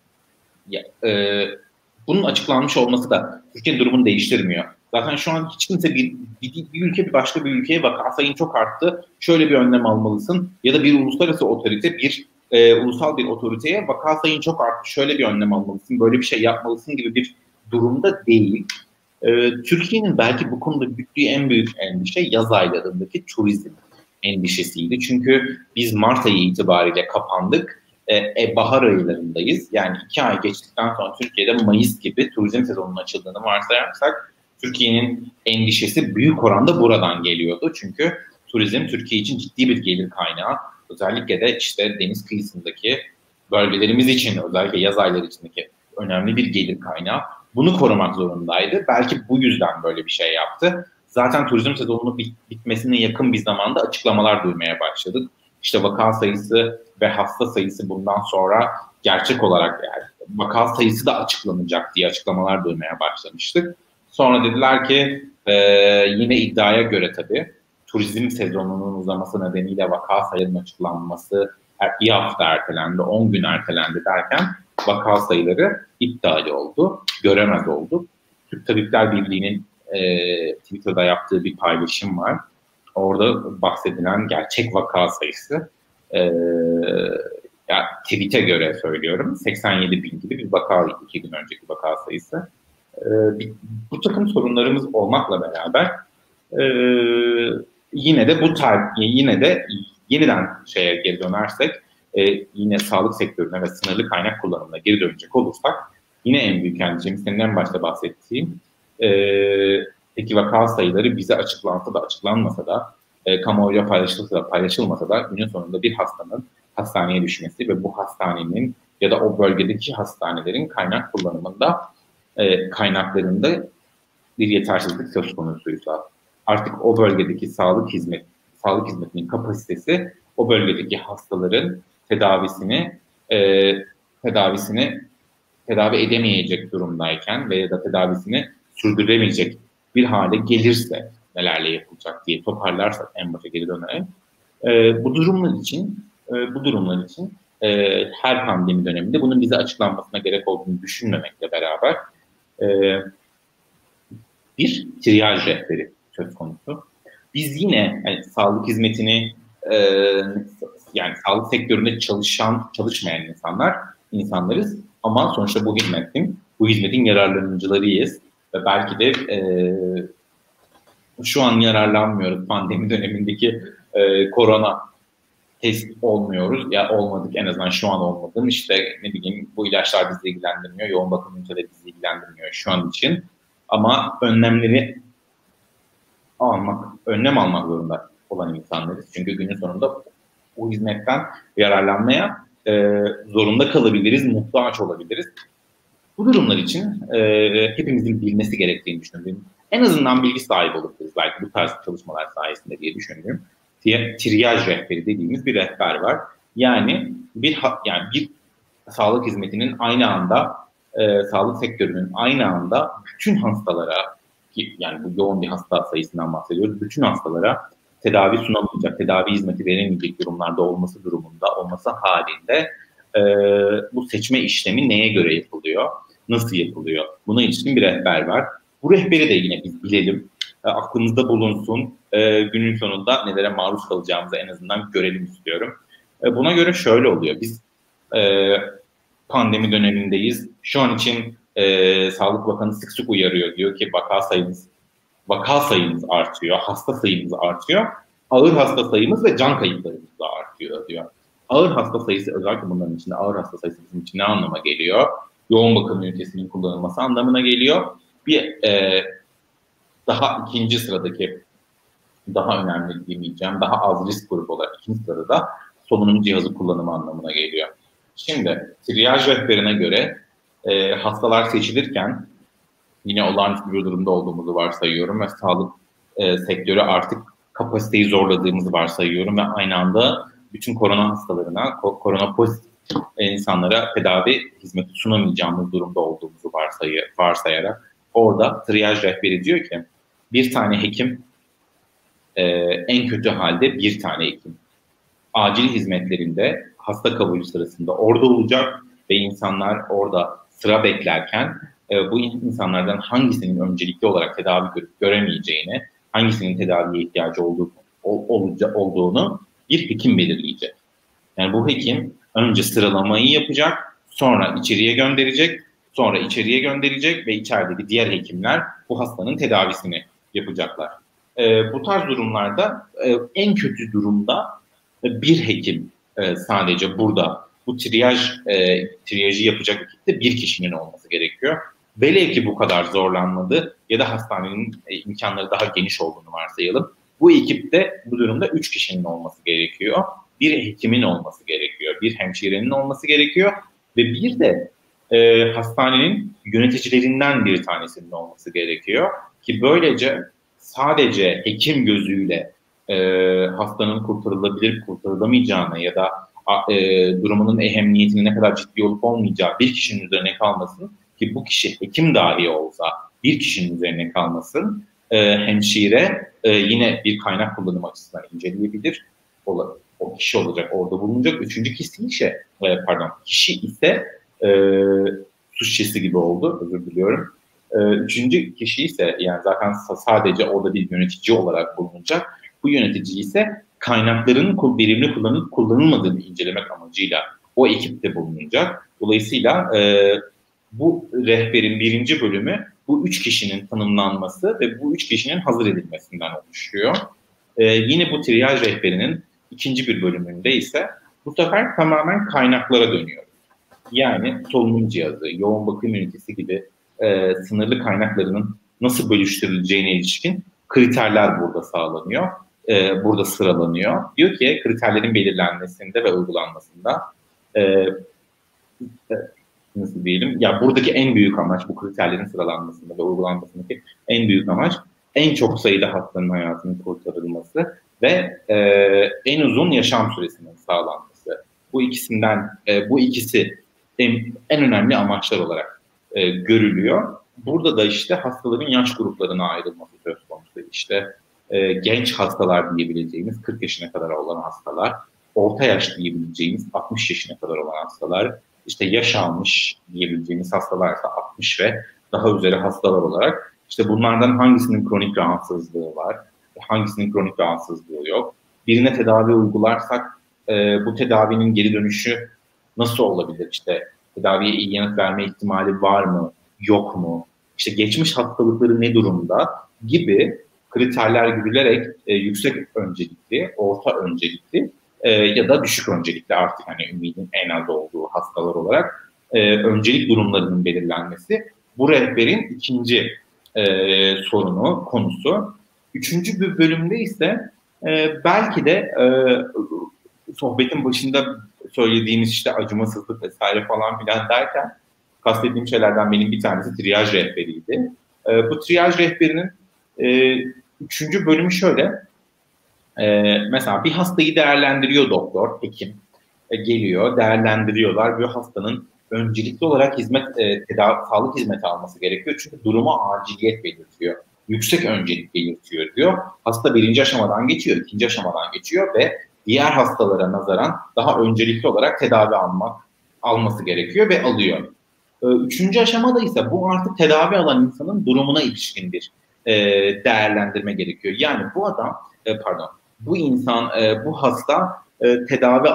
bunun açıklanmış olması da Türkiye'nin durumunu değiştirmiyor. Zaten şu an hiç kimse bir ülke başka bir ülkeye vaka sayın çok arttı, şöyle bir önlem almalısın ya da bir uluslararası otorite ulusal bir otoriteye vaka sayın çok arttı, şöyle bir önlem almalısın, böyle bir şey yapmalısın gibi bir durumda değil. Türkiye'nin belki bu konuda güttüğü en büyük endişe yaz aylarındaki turizm endişesiydi. Çünkü biz Mart ayı itibariyle kapandık. Bahar aylarındayız. Yani 2 ay geçtikten sonra Türkiye'de Mayıs gibi turizm sezonunun açıldığını varsayarsak Türkiye'nin endişesi büyük oranda buradan geliyordu. Çünkü turizm Türkiye için ciddi bir gelir kaynağı. Özellikle de işte deniz kıyısındaki bölgelerimiz için, özellikle yaz ayları içindeki önemli bir gelir kaynağı. Bunu korumak zorundaydı. Belki bu yüzden böyle bir şey yaptı. Zaten turizm sezonunun bitmesine yakın bir zamanda açıklamalar duymaya başladık. İşte vaka sayısı ve hasta sayısı bundan sonra gerçek olarak, yani vaka sayısı da açıklanacak diye açıklamalar duymaya başlamıştık. Sonra dediler ki yine iddiaya göre tabii turizm sezonunun uzaması nedeniyle vaka sayılarının açıklanması bir hafta ertelendi, 10 gün ertelendi derken vaka sayıları iptal oldu, göremez oldu. Türk Tabipler Birliği'nin Twitter'da yaptığı bir paylaşım var. Orada bahsedilen gerçek vaka sayısı, ya tweet'e göre söylüyorum, 87 bin gibi bir vaka, 2 gün önceki vaka sayısı. Bu takım sorunlarımız olmakla beraber yine de yeniden şeye geri dönersek, yine sağlık sektörüne ve sınırlı kaynak kullanımına geri dönecek olursak, yine en büyük endişemiz senin en başta bahsettiğim peki vaka sayıları bize açıklansa da açıklanmasa da, kamuoyuyla paylaşılsa da paylaşılmasa da günün sonunda bir hastanın hastaneye düşmesi ve bu hastanenin ya da o bölgedeki hastanelerin kaynak kullanımında, kaynaklarında bir yetersizlik söz konusuysa, artık o bölgedeki sağlık hizmetinin kapasitesi o bölgedeki hastaların tedavi edemeyecek durumdayken veya da tedavisini sürdüremeyecek bir hale gelirse nelerle yapılacak diye toparlarsak en başa geri dönerek, bu durumlar için her pandemi döneminde bunun bize açıklanmasına gerek olduğunu düşünmemekle beraber bir triyaj rehberi söz konusu. Biz yine sağlık hizmetini, yani sağlık sektöründe çalışmayan insanlarız ama sonuçta bu hizmetin yararlanıcılarıyız ve belki de şu an yararlanmıyoruz pandemi dönemindeki korona test olmuyoruz ya, olmadık, en azından şu an olmadım, işte ne bileyim bu ilaçlar bizi ilgilendirmiyor, yoğun bakım üniteleri bizi ilgilendirmiyor şu an için, ama önlem almak zorunda olan insanlarız. Çünkü günün sonunda o hizmetten yararlanmaya zorunda kalabiliriz, muhtaç olabiliriz. Bu durumlar için hepimizin bilmesi gerektiğini düşündüğüm, en azından bilgi sahibi olabiliriz belki bu tarz çalışmalar sayesinde diye düşündüğüm triyaj rehberi dediğimiz bir rehber var. Yani bir sağlık hizmetinin aynı anda, sağlık sektörünün aynı anda bütün hastalara, yani bu yoğun bir hasta sayısından bahsediyoruz, bütün hastalara tedavi sunamayacak, tedavi hizmeti veremeyecek durumlarda olması halinde bu seçme işlemi neye göre yapılıyor, nasıl yapılıyor? Buna ilişkin bir rehber var. Bu rehberi de yine biz bilelim, aklımızda bulunsun, günün sonunda nelere maruz kalacağımızı en azından görelim istiyorum. Buna göre şöyle oluyor, biz pandemi dönemindeyiz. Şu an için Sağlık Bakanı sık sık uyarıyor, diyor ki vaka sayımız artıyor, hasta sayımız artıyor, ağır hasta sayımız ve can kayıplarımız da artıyor diyor. Ağır hasta sayısı, özellikle bunların içinde ağır hasta sayısı bizim için ne anlama geliyor? Yoğun bakım ünitesinin kullanılması anlamına geliyor. Bir daha ikinci sıradaki, daha önemli diyemeyeceğim, daha az risk grubu olarak ikinci sırada da solunum cihazı kullanımı anlamına geliyor. Şimdi triyaj rehberine göre hastalar seçilirken, yine olağanüstü bir durumda olduğumuzu varsayıyorum ve sağlık sektörü artık kapasiteyi zorladığımızı varsayıyorum ve aynı anda bütün korona hastalarına, korona pozitif insanlara tedavi hizmeti sunamayacağımız durumda olduğumuzu varsayarak orada triyaj rehberi diyor ki bir tane hekim, en kötü halde bir tane hekim acil hizmetlerinde hasta kabulü sırasında orada olacak ve insanlar orada sıra beklerken bu insanlardan hangisinin öncelikli olarak tedavi göremeyeceğini, hangisinin tedaviye ihtiyacı olduğunu bir hekim belirleyecek. Yani bu hekim önce sıralamayı yapacak, sonra içeriye gönderecek ve içerideki diğer hekimler bu hastanın tedavisini yapacaklar. Bu tarz durumlarda en kötü durumda bir hekim sadece burada bu triyajı yapacak ekipte bir kişinin olması gerekiyor. Velev ki bu kadar zorlanmadı ya da hastanenin imkanları daha geniş olduğunu varsayalım. Bu ekipte bu durumda 3 kişinin olması gerekiyor. Bir hekimin olması gerekiyor, bir hemşirenin olması gerekiyor ve bir de hastanenin yöneticilerinden bir tanesinin olması gerekiyor ki böylece sadece hekim gözüyle hastanın kurtarılamayacağına ya da durumunun ehemmiyetinin ne kadar ciddi olup olmayacağı bir kişinin üzerine kalmasın ki bu kişi hekim dahi olsa bir kişinin üzerine kalmasın, hemşire yine bir kaynak kullanım açısından inceleyebilir. O kişi olacak, orada bulunacak. Üçüncü kişi ise suç şişesi gibi oldu, özür diliyorum. Üçüncü kişi ise yani zaten sadece orada bir yönetici olarak bulunacak. Bu yönetici ise kaynakların verimli kullanılıp kullanılmadığını incelemek amacıyla o ekipte bulunacak. Dolayısıyla bu rehberin birinci bölümü bu üç kişinin tanımlanması ve bu üç kişinin hazır edilmesinden oluşuyor. Yine bu triyaj rehberinin ikinci bir bölümünde ise bu sefer tamamen kaynaklara dönüyoruz. Yani solunum cihazı, yoğun bakım ünitesi gibi sınırlı kaynaklarının nasıl bölüştürüleceğine ilişkin kriterler burada sağlanıyor. Burada sıralanıyor. Diyor ki kriterlerin belirlenmesinde ve uygulanmasında nasıl diyelim? Ya buradaki en büyük amaç bu kriterlerin sıralanmasında ve uygulanmasındaki en büyük amaç en çok sayıda hastanın hayatının kurtarılması ve en uzun yaşam süresinin sağlanması. Bu ikisi en önemli amaçlar olarak görülüyor. Burada da işte hastaların yaş gruplarına ayrılması söz konusu. İşte genç hastalar diyebileceğimiz 40 yaşına kadar olan hastalar, orta yaş diyebileceğimiz 60 yaşına kadar olan hastalar, işte yaş almış diyebileceğimiz hastalarsa 60 ve daha üzeri hastalar olarak işte bunlardan hangisinin kronik rahatsızlığı var, hangisinin kronik rahatsızlığı yok. Birine tedavi uygularsak bu tedavinin geri dönüşü nasıl olabilir? İşte tedaviye iyi yanıt verme ihtimali var mı, yok mu? İşte geçmiş hastalıkları ne durumda gibi kriterler güdülerek yüksek öncelikli, orta öncelikli ya da düşük öncelikli artık hani ümidin en az olduğu hastalar olarak öncelik durumlarının belirlenmesi bu rehberin ikinci konusu. Üçüncü bir bölümde ise belki de sohbetin başında söylediğimiz işte acımasızlık vesaire falan filan derken kastettiğim şeylerden benim bir tanesi triyaj rehberiydi. Bu triyaj rehberinin üçüncü bölümü şöyle. Mesela bir hastayı değerlendiriyor doktor, hekim. Geliyor, değerlendiriyorlar ve hastanın öncelikli olarak sağlık hizmeti alması gerekiyor. Çünkü durumu aciliyet belirtiyor. Yüksek öncelik belirtiyor diyor. Hasta birinci aşamadan geçiyor, ikinci aşamadan geçiyor ve diğer hastalara nazaran daha öncelikli olarak tedavi alması gerekiyor ve alıyor. Üçüncü aşamada ise bu artık tedavi alan insanın durumuna ilişkin bir değerlendirme gerekiyor. Yani bu adam, bu insan, bu hasta tedavi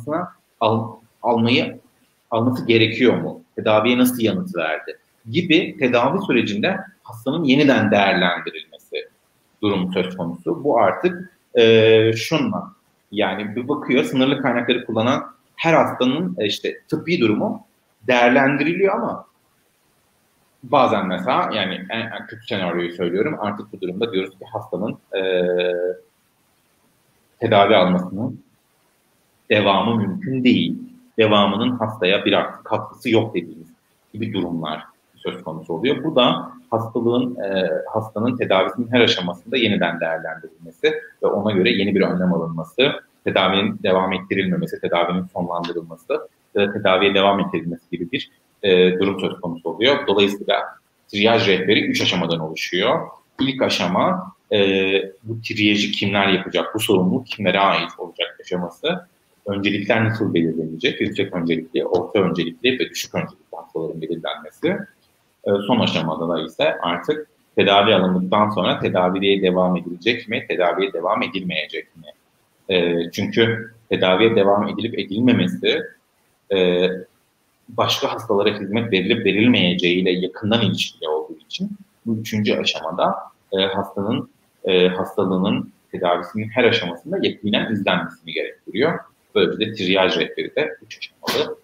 alması gerekiyor mu? Tedaviye nasıl yanıt verdi? Gibi tedavi sürecinde hastanın yeniden değerlendirilmesi durumu söz konusu. Bu artık şunla, yani bir bakıyor sınırlı kaynakları kullanan her hastanın işte tıbbi durumu değerlendiriliyor ama bazen mesela yani en kötü senaryoyu söylüyorum artık bu durumda diyoruz ki hastanın tedavi almasının devamı mümkün değil. Devamının hastaya bir artık katkısı yok dediğimiz gibi durumlar söz konusu oluyor. Bu da hastanın tedavisinin her aşamasında yeniden değerlendirilmesi ve ona göre yeni bir önlem alınması, tedavinin devam ettirilmemesi, tedavinin sonlandırılması ya da tedaviye devam ettirilmesi gibi bir durum söz konusu oluyor. Dolayısıyla triyaj rehberi 3 aşamadan oluşuyor. İlk aşama bu triyajı kimler yapacak, bu sorumluluk kimlere ait olacak aşaması. Öncelikler nasıl belirlenecek? Yüksek öncelikli, orta öncelikli ve düşük öncelikli hastaların belirlenmesi. Son aşamada da ise artık tedavi alındıktan sonra tedaviye devam edilecek mi, tedaviye devam edilmeyecek mi? Çünkü tedaviye devam edilip edilmemesi başka hastalara hizmet verilip verilmeyeceğiyle yakından ilişkili olduğu için bu üçüncü aşamada hastalığının tedavisinin her aşamasında yakinen izlenmesini gerektiriyor. Böylece triyaj rehberi de 3 aşamalı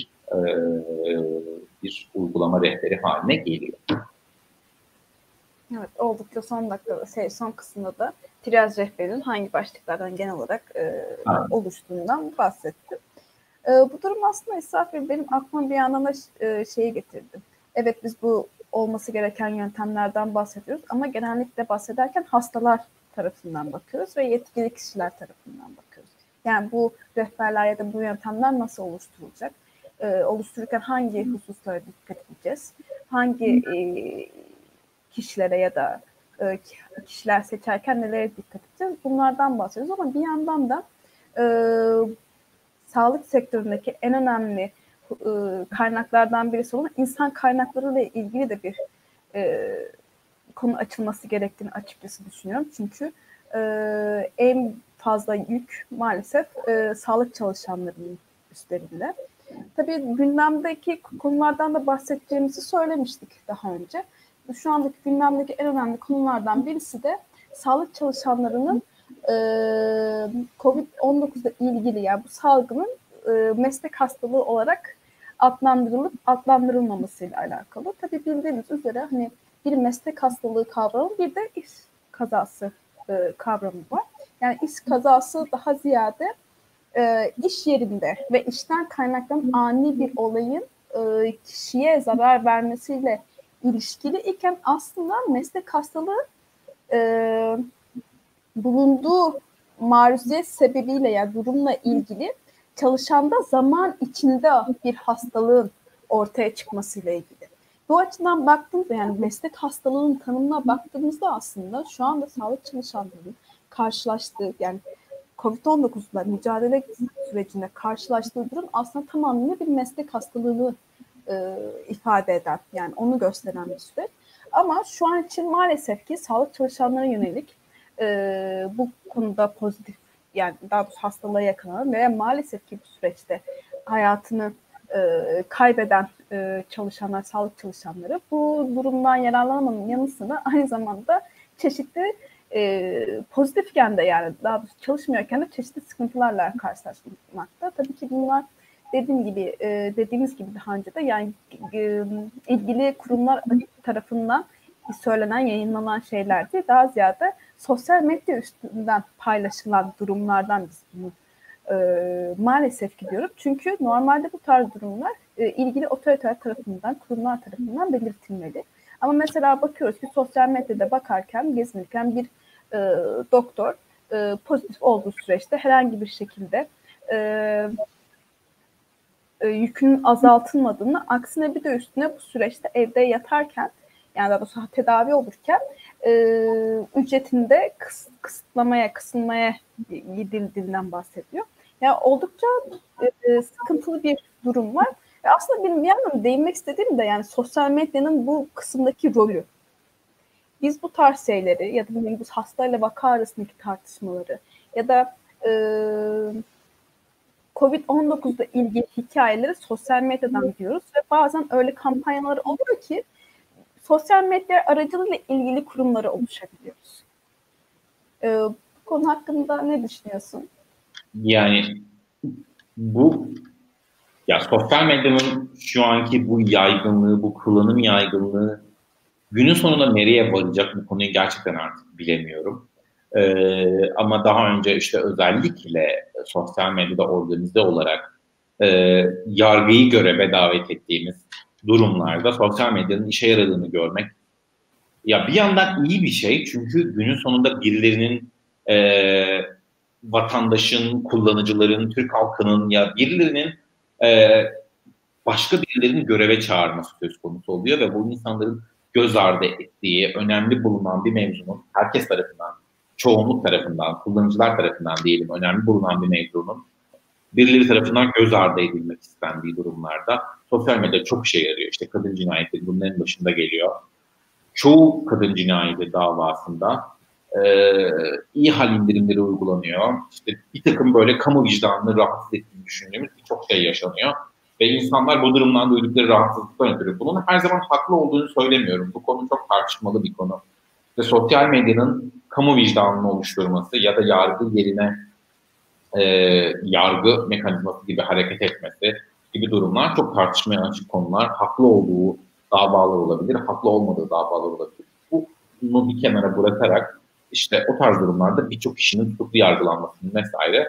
bir uygulama rehberi haline geliyor. Evet, oldukça son kısımda da triyaj rehberinin hangi başlıklardan genel olarak oluştuğundan bahsettim. Bu durum aslında İsraf Bey benim aklıma bir yandan da şeyi getirdi. Evet biz bu olması gereken yöntemlerden bahsediyoruz ama genellikle bahsederken hastalar tarafından bakıyoruz ve yetkili kişiler tarafından bakıyoruz. Yani bu rehberler ya da bu yöntemler nasıl oluşturulacak? Oluştururken hangi hususlara dikkat edeceğiz? Hangi kişilere ya da kişiler seçerken nelere dikkat edeceğiz? Bunlardan bahsediyoruz ama bir yandan da sağlık sektöründeki en önemli kaynaklardan birisi olan insan kaynakları ile ilgili de bir konu açılması gerektiğini açıkçası düşünüyorum. Çünkü en fazla yük maalesef sağlık çalışanlarının üstlerinde. Tabii gündemdeki konulardan da bahsedeceğimizi söylemiştik daha önce. Şu andaki gündemdeki en önemli konulardan birisi de sağlık çalışanlarının COVID-19'da ilgili, yani bu salgının meslek hastalığı olarak adlandırılıp adlandırılmamasıyla alakalı. Tabii bildiğiniz üzere hani bir meslek hastalığı kavramı, bir de iş kazası kavramı var. Yani iş kazası daha ziyade iş yerinde ve işten kaynaklanan ani bir olayın kişiye zarar vermesiyle ilişkili iken aslında meslek hastalığı bulunduğu maruziyet sebebiyle, yani durumla ilgili çalışanda zaman içinde bir hastalığın ortaya çıkmasıyla ilgili. Bu açıdan baktığımızda, yani meslek hastalığının tanımına baktığımızda aslında şu anda sağlık çalışanlarının karşılaştığı, yani COVID-19'la mücadele sürecinde karşılaştığı durum aslında tamamıyla bir meslek hastalığını ifade eden, yani onu gösteren bir süreç. Ama şu an için maalesef ki sağlık çalışanlarına yönelik bu konuda pozitif, yani daha doğrusu hastalığa yakalanan veya maalesef ki bu süreçte hayatını kaybeden çalışanlar, sağlık çalışanları bu durumdan yararlanmanın yanı sıra aynı zamanda çeşitli pozitifken de, yani daha doğrusu çalışmıyorken de çeşitli sıkıntılarla karşılaşmakta. Tabii ki bunlar dediğimiz gibi daha önce de, yani ilgili kurumlar tarafından söylenen, yayınlanan şeylerdi. Daha ziyade sosyal medya üstünden paylaşılan durumlardan biz bunu maalesef gidiyoruz. Çünkü normalde bu tarz durumlar ilgili otoriteler tarafından, kurumlar tarafından belirtilmeli. Ama mesela bakıyoruz ki sosyal medyada bakarken, gezinirken bir doktor pozitif olduğu süreçte herhangi bir şekilde yükünün azaltılmadığını, aksine bir de üstüne bu süreçte evde yatarken, yani daha doğrusu tedavi olurken ücretinde kısılmaya gidildiğinden bahsediyor. Yani oldukça sıkıntılı bir durum var. Ve aslında benim bir yandan değinmek istediğim de, yani sosyal medyanın bu kısımdaki rolü. Biz bu tarz şeyleri, ya da bu hastayla vaka arasındaki tartışmaları ya da COVID-19'da ilgili hikayeleri sosyal medyadan diyoruz ve bazen öyle kampanyalar oluyor ki sosyal medya aracılığıyla ilgili kurumları oluşabiliyoruz. Bu konu hakkında ne düşünüyorsun? Yani sosyal medyanın şu anki bu yaygınlığı, bu kullanım yaygınlığı günün sonunda nereye varacak, bu konuyu gerçekten artık bilemiyorum. Ama daha önce işte özellikle sosyal medyada organize olarak yargıyı göreve davet ettiğimiz durumlarda sosyal medyanın işe yaradığını görmek, ya bir yandan iyi bir şey, çünkü günün sonunda birilerinin vatandaşın, kullanıcıların, Türk halkının, ya birilerinin başka birilerinin göreve çağırması söz konusu oluyor ve bu insanların göz ardı ettiği, önemli bulunan bir mevzunun herkes tarafından, çoğunluk tarafından, kullanıcılar tarafından diyelim, önemli bulunan bir mevzunun birileri tarafından göz ardı edilmek istendiği durumlarda sosyal medya çok işe yarıyor. İşte kadın cinayetleri bunların başında geliyor. Çoğu kadın cinayeti davasında iyi hal indirimleri uygulanıyor. İşte bir takım böyle kamu vicdanını rahatsız ettiğini düşündüğümüz birçok şey yaşanıyor. Ve insanlar bu durumdan duydukları rahatsızlıktan ötürü, bunun her zaman haklı olduğunu söylemiyorum. Bu konu çok tartışmalı bir konu. İşte sosyal medyanın kamu vicdanını oluşturması ya da yargı yerine yargı mekanizması gibi hareket etmesi gibi durumlar çok tartışmaya açık konular. Haklı olduğu davalar olabilir, haklı olmadığı davalar olabilir. Bunu bir kenara bırakarak işte o tarz durumlarda birçok kişinin tutuklu yargılanmasının vesaire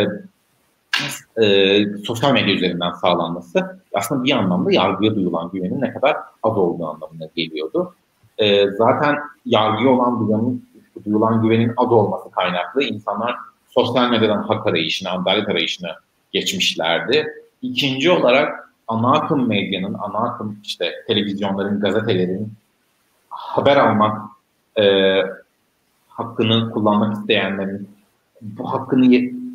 sosyal medya üzerinden sağlanması aslında bir anlamda yargıya duyulan güvenin ne kadar az olduğu anlamına geliyordu. Zaten yargıya olan duyulan güvenin az olması kaynaklı insanlar sosyal medyadan hak arayışına, adalet arayışına geçmişlerdi. İkinci olarak ana akım medyanın, ana akım işte televizyonların, gazetelerin haber almak hakkını kullanmak isteyenlerin bu hakkını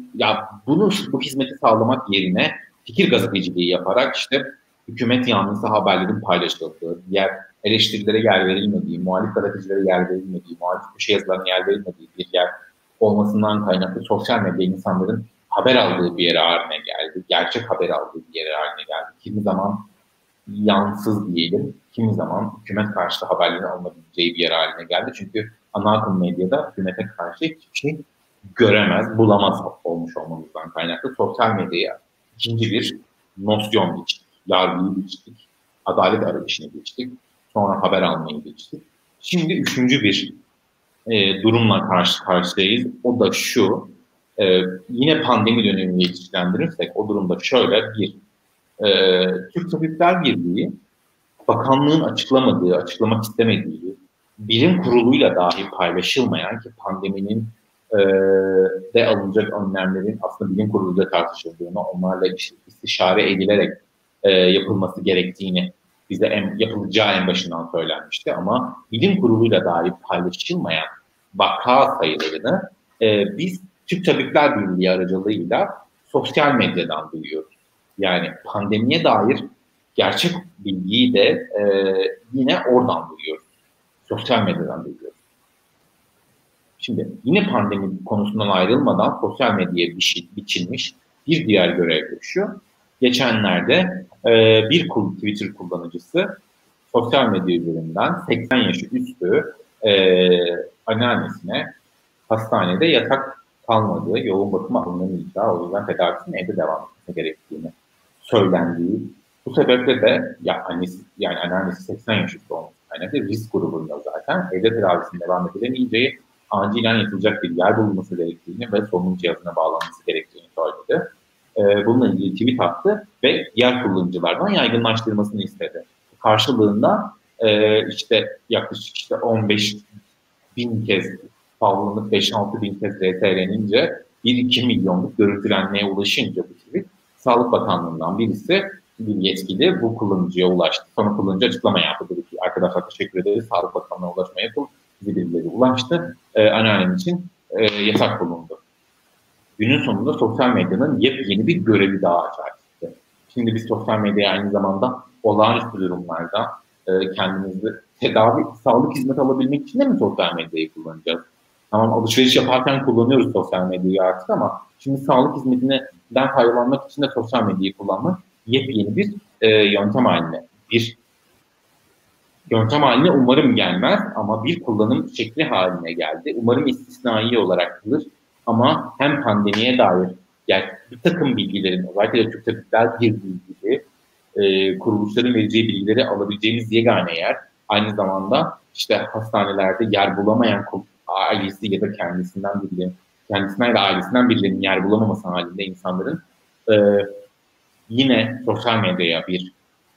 bu hizmeti sağlamak yerine fikir gazeteciliği yaparak işte hükümet yanlısı haberlerin paylaşıldığı, diğer eleştirilere yer verilmediği, muhalif gazetecilere yer verilmediği, muhalif köşe yazılarına yer verilmediği bir yer olmasından kaynaklı sosyal medya insanların haber aldığı bir yere haline geldi. Gerçek haber aldığı bir yere haline geldi. Kimi zaman yansız diyelim, kimi zaman hükümet karşıtı haberlerin alınabileceği bir yer haline geldi. Çünkü ana akım medyada hükümete karşı hiçbir şey göremez, bulamaz olmuş olmamızdan kaynaklı sosyal medyaya ikinci bir nosyon geçtik, yargıyı geçtik, adalet arayışını geçtik, sonra haber almayı geçtik. Şimdi üçüncü bir durumla karşı karşıyayız. O da şu, yine pandemi dönemini ilişkilendirirsek o durumda şöyle bir Türk Tabipler Birliği bakanlığın açıklamadığı, açıklamak istemediği, bilim kuruluyla dahi paylaşılmayan ki pandeminin de alınacak önlemlerin aslında bilim kuruluyla tartışıldığını, onlarla istişare edilerek yapılması gerektiğini bize yapılacağı en başından söylenmişti. Ama bilim kuruluyla dahi paylaşılmayan vaka sayılarını biz Türk Tabipler Birliği aracılığıyla sosyal medyadan duyuyoruz. Yani pandemiye dair gerçek bilgiyi de yine oradan duyuyoruz. Sosyal medyadan duyuyoruz. Şimdi yine pandemi konusundan ayrılmadan sosyal medyaya biçilmiş bir diğer görev düşüyor. Geçenlerde bir Twitter kullanıcısı sosyal medya üzerinden 80 yaş üstü anneannesine hastanede yatak kalmadığı, yoğun bakıma alınamayacağı, o yüzden tedavisinin evde devam etmesi gerektiğini söylendiği, bu sebeple de anneannesi 80 yaş üstü olması kaynaklı risk grubunda zaten evde tedavisinin devam edilemeyeceği, acilen yapılacak bir yer bulunması gerektiğini ve solunum cihazına bağlanması gerektiğini söyledi. Bununla ilgili tweet attı ve diğer kullanıcılardan yaygınlaştırmasını istedi. Karşılığında yaklaşık 15 bin kez savlanıp 5-6 bin kez RT'lenince 1-2 milyonluk görüntülenmeye ulaşınca bu tweet Sağlık Bakanlığı'ndan birisi bir yetkili bu kullanıcıya ulaştı. Sonra kullanıcı açıklama yaptı. Dedi ki arkadaşlar teşekkür ederiz. Sağlık Bakanlığı'na ulaşmaya yapıldı. Bize birileri ulaştı. Anneannem için yasak bulundu. Günün sonunda sosyal medyanın yepyeni bir görevi daha açığa çıktı. Şimdi biz sosyal medyaya aynı zamanda olağanüstü durumlarda kendimizi sağlık hizmeti alabilmek için de mi sosyal medyayı kullanacağız? Tamam, alışveriş yaparken kullanıyoruz sosyal medyayı artık ama şimdi sağlık hizmetinden faydalanmak için de sosyal medyayı kullanmak yepyeni bir yöntem haline umarım gelmez ama bir kullanım şekli haline geldi. Umarım istisnai olarak kalır ama hem pandemiye dair bir takım bilgilerin, özellikle de Türk Tabipler Birliği gibi kuruluşların vereceği bilgileri alabileceğimiz yegane yer, aynı zamanda hastanelerde yer bulamayan ailesi ya da kendisinden ya da ailesinden birilerinin yer bulamaması halinde insanların yine sosyal medyaya bir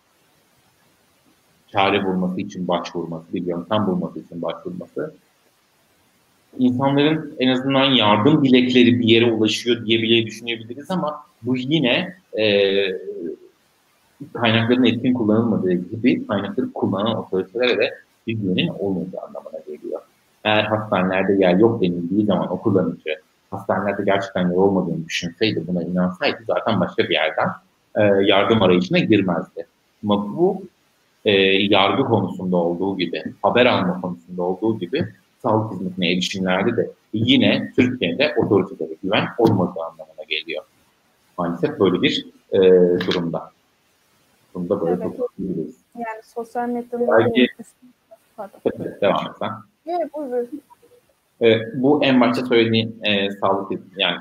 çare bulması için başvurması, bir yöntem bulması için başvurması, insanların en azından yardım dilekleri bir yere ulaşıyor diye bile düşünebiliriz ama bu yine kaynakların etkin kullanılmadığı gibi kaynakları kullanan otoritelere de bir güvenin olmadığı anlamına geliyor. Eğer hastanelerde yer yok denildiği zaman o kullanıcı hastanelerde gerçekten yer olmadığını düşünseydi, buna inansaydı zaten başka bir yerden yardım arayışına girmezdi. Ama bu yargı konusunda olduğu gibi, haber alma konusunda olduğu gibi sağlık hizmetine erişimlerde de yine Türkiye'de otoritelere güven olmadığı anlamına geliyor. Maalesef böyle bir durumda. Bunda böyle evet. Yani sosyal medyanın... Devam etsen. Evet, buyur. Bu en başta söylediğin sağlık, yani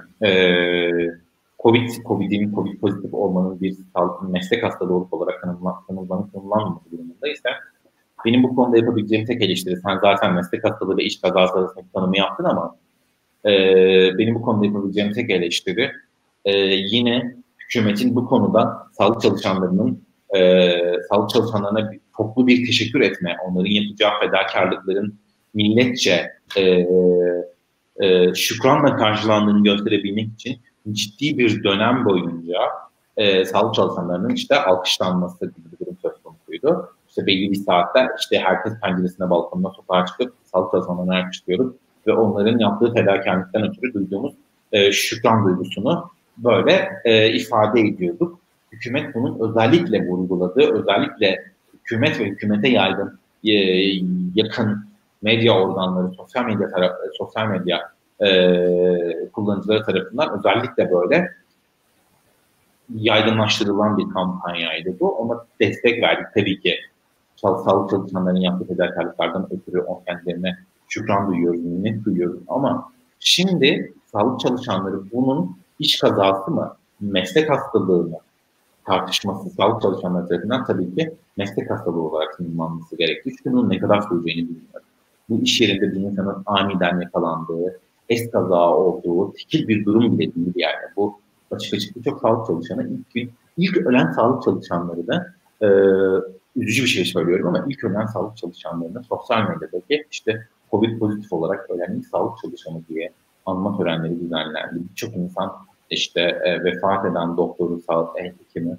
COVID pozitif olmanın bir meslek hastalığı olarak tanımlanmaması durumunda ise benim bu konuda yapabileceğim tek eleştiri, sen zaten meslek hastalığı ve iş kazası arasındaki tanımı yaptın ama benim bu konuda yapabileceğim tek eleştiri yine hükümetin bu konuda sağlık çalışanlarına toplu bir teşekkür etme, onların yapacağı fedakarlıkların milletçe şükranla karşılandığını gösterebilmek için ciddi bir dönem boyunca sağlık çalışanlarının alkışlanması gibi bir durum söz konusuydu. işte belli bir saatte işte herkes penceresine, balkonuna, sokağa çıkıp sağlık çalışanlarına yakıştırıyoruz ve onların yaptığı fedakarlıktan ötürü duyduğumuz şükran duygusunu böyle ifade ediyorduk. Hükümet bunun özellikle vurguladığı, özellikle hükümet ve hükümete yaygın yakın medya organları, sosyal medya kullanıcıları tarafından özellikle böyle yaygınlaştırılan bir kampanyaydı bu. Ona destek verdik tabii ki. Sağlık çalışanlarının yaptığı fedakarlıklardan ötürü kendilerine şükran duyuyoruz, minnet duyuyoruz. Ama şimdi sağlık çalışanları bunun iş kazası mı, meslek hastalığı mı tartışması sağlık çalışanları tarafından tabii ki meslek hastalığı olarak tanımlanması gerekiyor. Çünkü bunun ne kadar süreceğini bilmiyoruz. Bu iş yerinde bir insanın aniden yakalandığı, kaza olduğu, tekil bir durum bile değil yani. Bu açık birçok sağlık çalışanı ilk ölen sağlık çalışanları da üzücü bir şey söylüyorum ama ilk ölen sağlık çalışanlarını sosyal medyadaki işte COVID pozitif olarak ölen ilk sağlık çalışanı diye anma törenleri düzenlendi. Birçok insan işte vefat eden doktoru, sağlık hekimi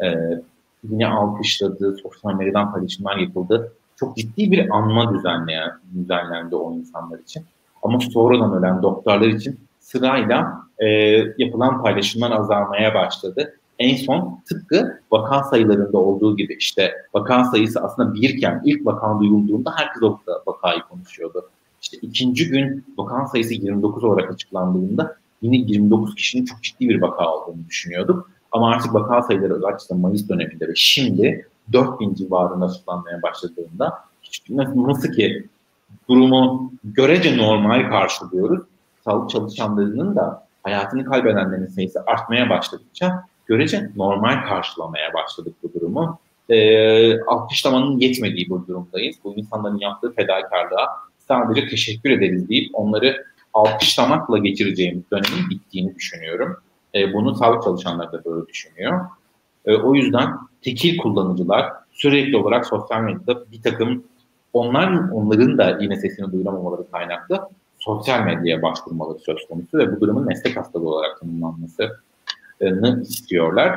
yine alkışladı, sosyal medyadan paylaşımlar yapıldı. Çok ciddi bir anma düzenlendi o insanlar için. Ama sonradan ölen doktorlar için sırayla yapılan paylaşımlar azalmaya başladı. En son tıpkı vaka sayılarında olduğu gibi işte vaka sayısı aslında birken ilk vaka duyulduğunda herkes o vakayı konuşuyordu. İşte ikinci gün vaka sayısı 29 olarak açıklandığında yine 29 kişinin çok ciddi bir vaka olduğunu düşünüyorduk. Ama artık vaka sayıları özellikle Mayıs döneminde ve şimdi 4000 civarında açıklanmaya başladığında nasıl ki durumu görece normal karşılıyoruz, sağlık çalışanlarının da hayatını kaybedenlerin sayısı artmaya başladıkça görece normal karşılamaya başladık bu durumu. Alkışlamanın yetmediği bu durumdayız. Bu insanların yaptığı fedakarlığa sadece teşekkür ederiz deyip onları alkışlamakla geçireceğimiz dönemin bittiğini düşünüyorum. Bunu sağlık çalışanları da böyle düşünüyor. O yüzden tekil kullanıcılar sürekli olarak sosyal medyada bir takım onların da yine sesini duyuramamaları kaynaklı sosyal medyaya başvurmaları söz konusu ve bu durumun meslek hastalığı olarak tanımlanmasını istiyorlar.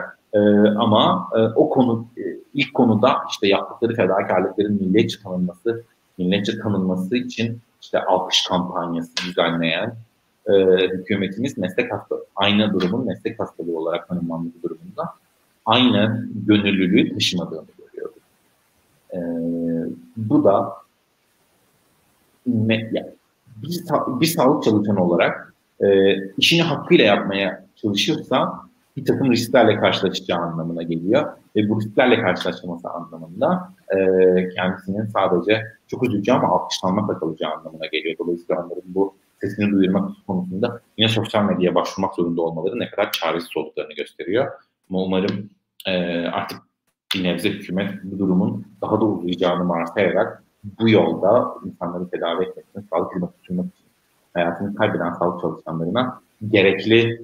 Ama ilk konuda işte yaptıkları fedakarlıkların milletçe tanınması için işte alkış kampanyası düzenleyen hükümetimiz aynı durumun meslek hastalığı olarak tanımlanması durumunda aynı gönüllülüğü taşımadığını görüyoruz. Bu da bir sağlık çalışanı olarak işini hakkıyla yapmaya çalışırsa bir takım risklerle karşılaşacağı anlamına geliyor. Ve bu risklerle karşılaşması anlamında kendisinin sadece çok üzücü ama alkışlanmakla kalacağı anlamına geliyor. Dolayısıyla onların bu sesini duyurmak konusunda yine sosyal medyaya başvurmak zorunda olmaları ne kadar çaresiz olduklarını gösteriyor. Ama umarım artık bir nebze hükümet bu durumun daha da uzayacağını varsayarak bu yolda insanları tedavi etmek için, sağlık hizmeti sunmak için hayatını kaybeden sağlık çalışanlarına gerekli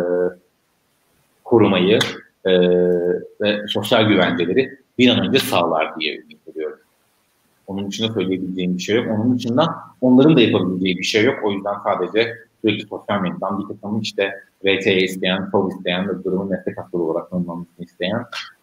korumayı ve sosyal güvenceleri bir an önce sağlar diye ümit ediyorum. Onun dışında söyleyebileceğim bir şey yok. Onun dışında onların da yapabileceği bir şey yok. O yüzden sadece sürekli sosyal medyadan bir takım işte RT isteyen, FOV isteyen ve durumun meslek hastalığı olarak tanımlanmasını isteyen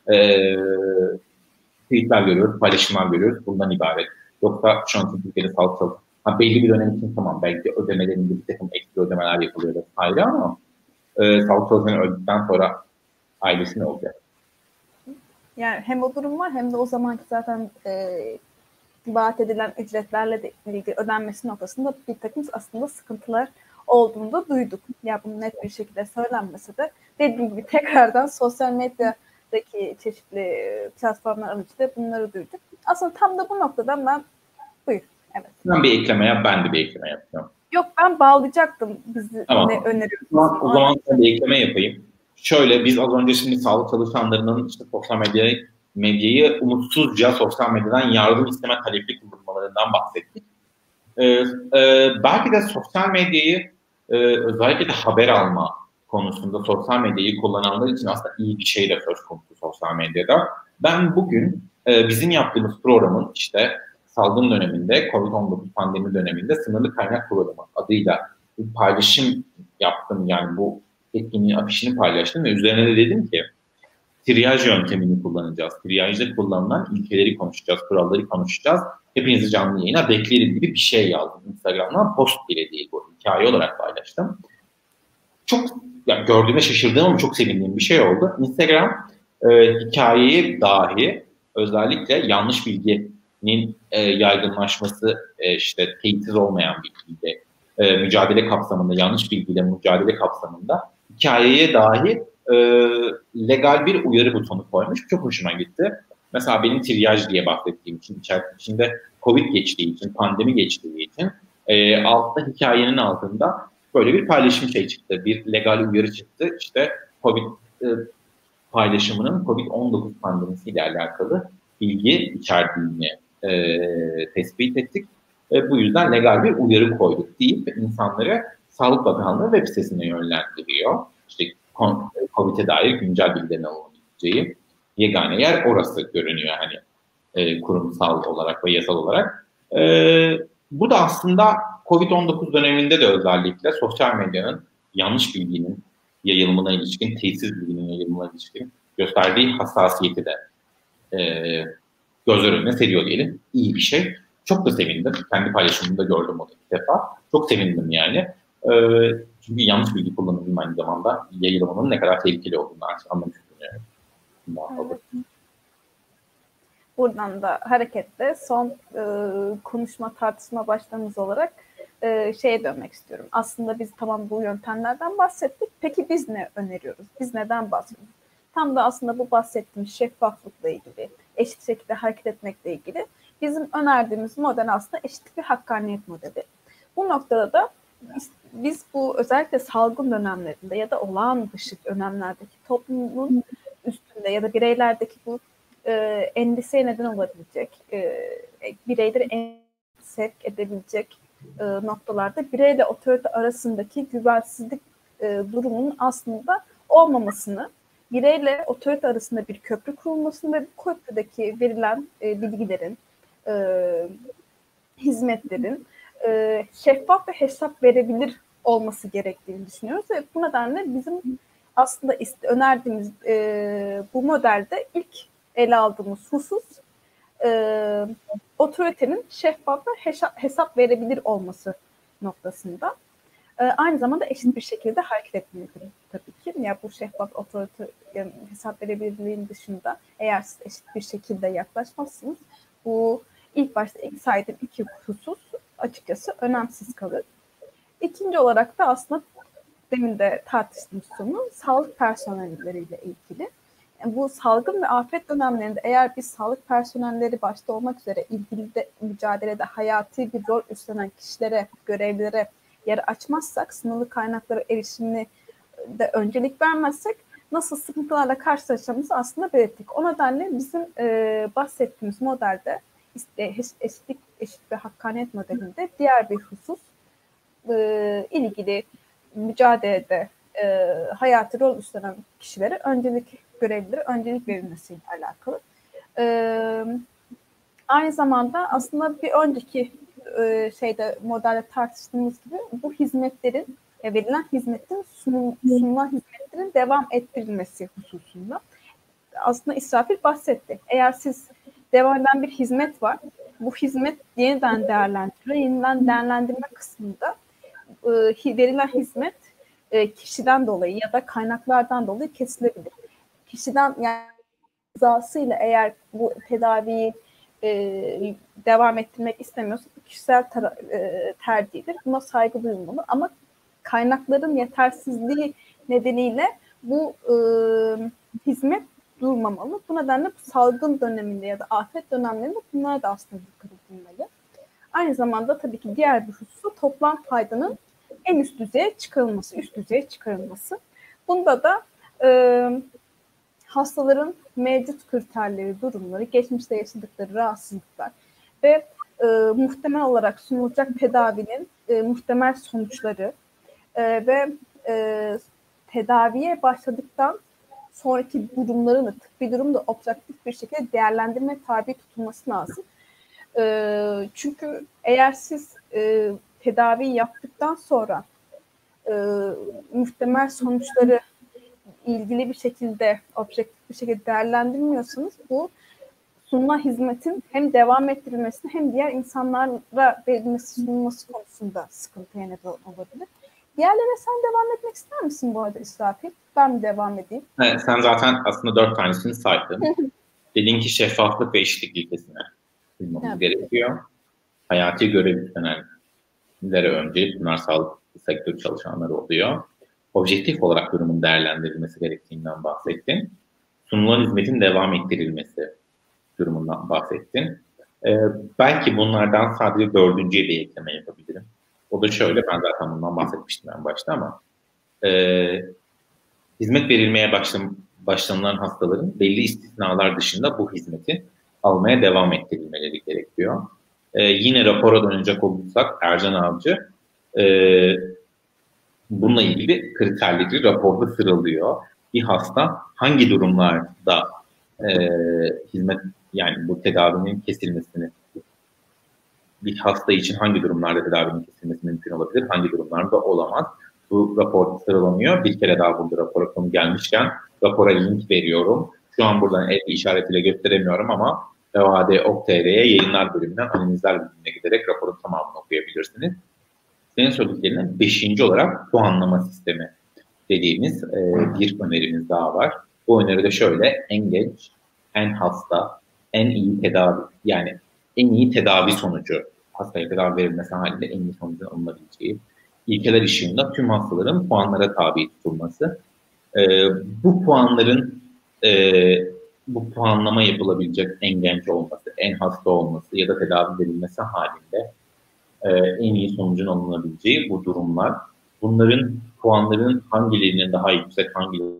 tweetler görüyoruz, paylaşımlar görüyoruz. Bundan ibaret. Yoksa şu an Türkiye'de sağlık çalışanları belli bir dönem için tamam belki ödemelerinde bir takım ekstra ödemeler yapılıyor vesaire ama sağlık çalışanı öldükten sonra ailesi ne olacak? Yani hem o durum var hem de o zamanki zaten vaat edilen ücretlerle de ilgili ödenmesi noktasında bir takım aslında sıkıntılar olduğunu da duyduk. Ya bunu net bir şekilde söylenmese de dediğim gibi tekrardan sosyal medyadaki çeşitli platformlar aracılığıyla bunları duyduk. Aslında tam da bu noktadan buyur. Evet. Ben bir ekleme yap, ben de bir ekleme yapacağım. Yok ben bağlayacaktım. Tamam. Ne öneriyorsunuz? O zaman ben bir ekleme yapayım. Şöyle biz az önce şimdi sağlık çalışanlarının işte sosyal medyayı umutsuzca sosyal medyadan yardım isteme talepli kullanmalarından bahsettik. Belki de sosyal medyayı özellikle de haber alma konusunda sosyal medyayı kullananlar için aslında iyi bir şey de söz konusu sosyal medyada. Ben bugün bizim yaptığımız programın işte salgın döneminde, COVID-19 pandemi döneminde sınırlı kaynak programı adıyla bir paylaşım yaptım. Yani bu etkinliğin afişini paylaştım ve üzerine de dedim ki triyaj yöntemini kullanacağız. Triyajda kullanılan ilkeleri konuşacağız, kuralları konuşacağız. Hepinizi canlı yayına beklerim gibi bir şey yazdım. Instagram'dan post bile değil bu. Hikaye olarak paylaştım. Çok yani gördüğüme şaşırdığım ama çok sevindiğim bir şey oldu. Instagram hikayeyi dahi özellikle yanlış bilginin yaygınlaşması, işte teyitsiz olmayan bilgiyle, mücadele kapsamında, yanlış bilgiyle mücadele kapsamında hikayeye dahi legal bir uyarı butonu koymuş. Çok hoşuma gitti. Mesela benim triyaj diye bahsettiğim için, içinde Covid geçtiği için, pandemi geçtiği için altta hikayenin altında böyle bir paylaşım şey çıktı. Bir legal uyarı çıktı. İşte Covid paylaşımının Covid-19 pandemisiyle alakalı bilgi içerdiğini tespit ettik. Bu yüzden legal bir uyarı koyduk deyip insanları Sağlık Bakanlığı web sitesine yönlendiriyor. İşte Covid'e dair güncel bilgilerin alınabileceği yegane yer orası görünüyor hani kurumsal olarak ve yasal olarak. Bu da aslında Covid-19 döneminde de özellikle sosyal medyanın yanlış bilginin yayılımına ilişkin, teyitsiz bilginin yayılımına ilişkin gösterdiği hassasiyeti de gözler önüne seriyor diyelim. İyi bir şey. Çok da sevindim. Kendi paylaşımımda gördüm onu ilk defa. Çok sevindim yani. Çünkü yanlış bilgi kullanımının aynı zamanda yayılımının ne kadar tehlikeli olduğunu artık anlamış oluyorum. Evet. Buradan da hareketle son konuşma tartışma başlığımız olarak şeye dönmek istiyorum. Aslında biz tamam bu yöntemlerden bahsettik. Peki biz ne öneriyoruz? Biz neden bahsediyoruz? Tam da aslında bu bahsettiğimiz şeffaflıkla ilgili, eşit şekilde hareket etmekle ilgili bizim önerdiğimiz model aslında eşitlik ve hakkaniyet modeli. Bu noktada da biz bu özellikle salgın dönemlerinde ya da olağan dışı dönemlerdeki toplumun üstünde ya da bireylerdeki bu endişeye neden olabilecek, bireyleri sevk edebilecek noktalarda bireyle otorite arasındaki güvensizlik durumunun aslında olmamasını, bireyle otorite arasında bir köprü kurulmasını ve bu köprüdeki verilen bilgilerin, hizmetlerin şeffaf ve hesap verebilir olması gerektiğini düşünüyoruz. Ve bu nedenle bizim aslında önerdiğimiz bu modelde ilk ele aldığımız husus otoritenin şeffaf ve hesap verebilir olması noktasında. Aynı zamanda eşit bir şekilde hareket etmelidir tabii ki. Yani bu şeffaf otorite yani hesap verebilirliğin dışında eğer siz eşit bir şekilde yaklaşmazsınız bu ilk başta saydığım iki husus açıkçası önemsiz kalır. İkinci olarak da aslında demin de tartıştığımız konu sağlık personelleriyle ilgili. Yani bu salgın ve afet dönemlerinde eğer biz sağlık personelleri başta olmak üzere ilgili de mücadelede hayati bir rol üstlenen kişilere, görevlilere yer açmazsak, sınırlı kaynaklara erişimini de öncelik vermezsek nasıl sıkıntılarla karşılaşacağımızı aslında belirttik. O nedenle bizim bahsettiğimiz modelde eşit ve hakkaniyet modelinde diğer bir husus ilgili mücadelede hayati rol üstlenen kişilere görevlilere öncelik verilmesiyle alakalı. Aynı zamanda aslında bir önceki modelde tartıştığımız gibi bu hizmetlerin verilen hizmetin sunulan hizmetlerin devam ettirilmesi hususunda aslında İsrafil bahsetti. Eğer siz devam eden bir hizmet var, bu hizmet yeniden değerlendiriliyor. Yeniden değerlendirme kısmında verilen hizmet kişiden dolayı ya da kaynaklardan dolayı kesilebilir. Kişiden yani rızasıyla eğer bu tedaviyi devam ettirmek istemiyorsa kişisel tercihidir. Buna saygı duyulmalı ama kaynakların yetersizliği nedeniyle bu hizmet durmamalı. Bu nedenle bu salgın döneminde ya da afet dönemlerinde bunlara da aslında dikkat edilmeli. Aynı zamanda tabii ki diğer bir hususu toplam faydanın en üst düzeye çıkarılması. Bunda da hastaların mevcut kriterleri, durumları, geçmişte yaşadıkları rahatsızlıklar ve muhtemel olarak sunulacak tedavinin muhtemel sonuçları ve tedaviye başladıktan sonraki durumlarını tıbbi durumda objektif bir şekilde değerlendirme tabi tutulması lazım. Çünkü eğer siz tedavi yaptıktan sonra muhtemel sonuçları ilgili bir şekilde objektif bir şekilde değerlendirmiyorsanız bu sunulan hizmetin hem devam ettirilmesini hem diğer insanlara verilmesi, sunulması konusunda sıkıntıya neden olabilir. Diğerlerine sen devam etmek ister misin bu arada İsrafil? Ben mi devam edeyim? Evet, sen zaten aslında 4 tanesini saydın. Dediğin ki şeffaflık ve eşitlik ilkesine uymamız gerekiyor. Hayati görev üstlenenlere öncelik, bunlar sağlık sektörü çalışanları oluyor. Objektif olarak durumun değerlendirilmesi gerektiğinden bahsettin. Sunulan hizmetin devam ettirilmesi durumundan bahsettin. Belki bunlardan sadece 4.'ye bir ekleme yapabilirim. O da şöyle, ben zaten bundan bahsetmiştim en başta ama hizmet verilmeye başlanılan hastaların belli istisnalar dışında bu hizmeti almaya devam ettirilmeleri gerekiyor. Yine rapora dönecek olursak Ercan Avcı bununla ilgili kriterleri raporda sıralıyor. Bir hasta hangi durumlarda hizmet, yani bu tedavinin kesilmesini, bir hasta için hangi durumlarda tedavinin kesilmesi mümkün olabilir, hangi durumlarda olamaz. Bu rapor sıralanıyor. Bir kere daha burada rapora konu gelmişken rapora link veriyorum. Şu an buradan el işaretiyle gösteremiyorum ama TVAD.ok.tr'ye yayınlar bölümünden analizler bölümüne giderek raporun tamamını okuyabilirsiniz. Senin söylediklerine 5. olarak puanlama sistemi dediğimiz bir önerimiz daha var. Bu öneride şöyle: en genç, en hasta, en iyi tedavi, yani en iyi tedavi sonucu, hastaya tedavi verilmesi halinde en iyi sonucun alınabileceği ilkeler ışığında tüm hastaların puanlara tabi tutulması. Bu puanların bu puanlama yapılabilecek en genç olması, en hasta olması ya da tedavi verilmesi halinde en iyi sonucun alınabileceği bu durumlar. Bunların puanların hangilerinin daha yüksek, hangilerinin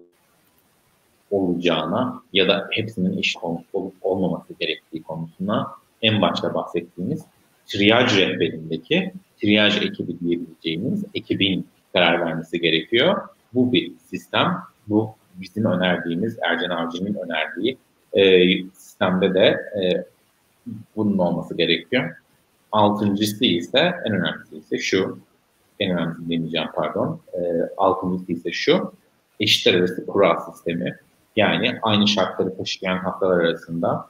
olacağına ya da hepsinin eşit olup olmaması gerektiği konusuna en başta bahsettiğimiz triyaj rehberindeki triyaj ekibi diyebileceğimiz ekibin karar vermesi gerekiyor. Bu bir sistem. Bu bizim önerdiğimiz, Ercan Avcı'nın önerdiği sistemde de bunun olması gerekiyor. Altıncısı ise, en önemlisi ise şu, en önemlisi demeyeceğim pardon, altıncısı ise şu: eşitler arası kura sistemi. Yani aynı şartları taşıyan hastalar arasında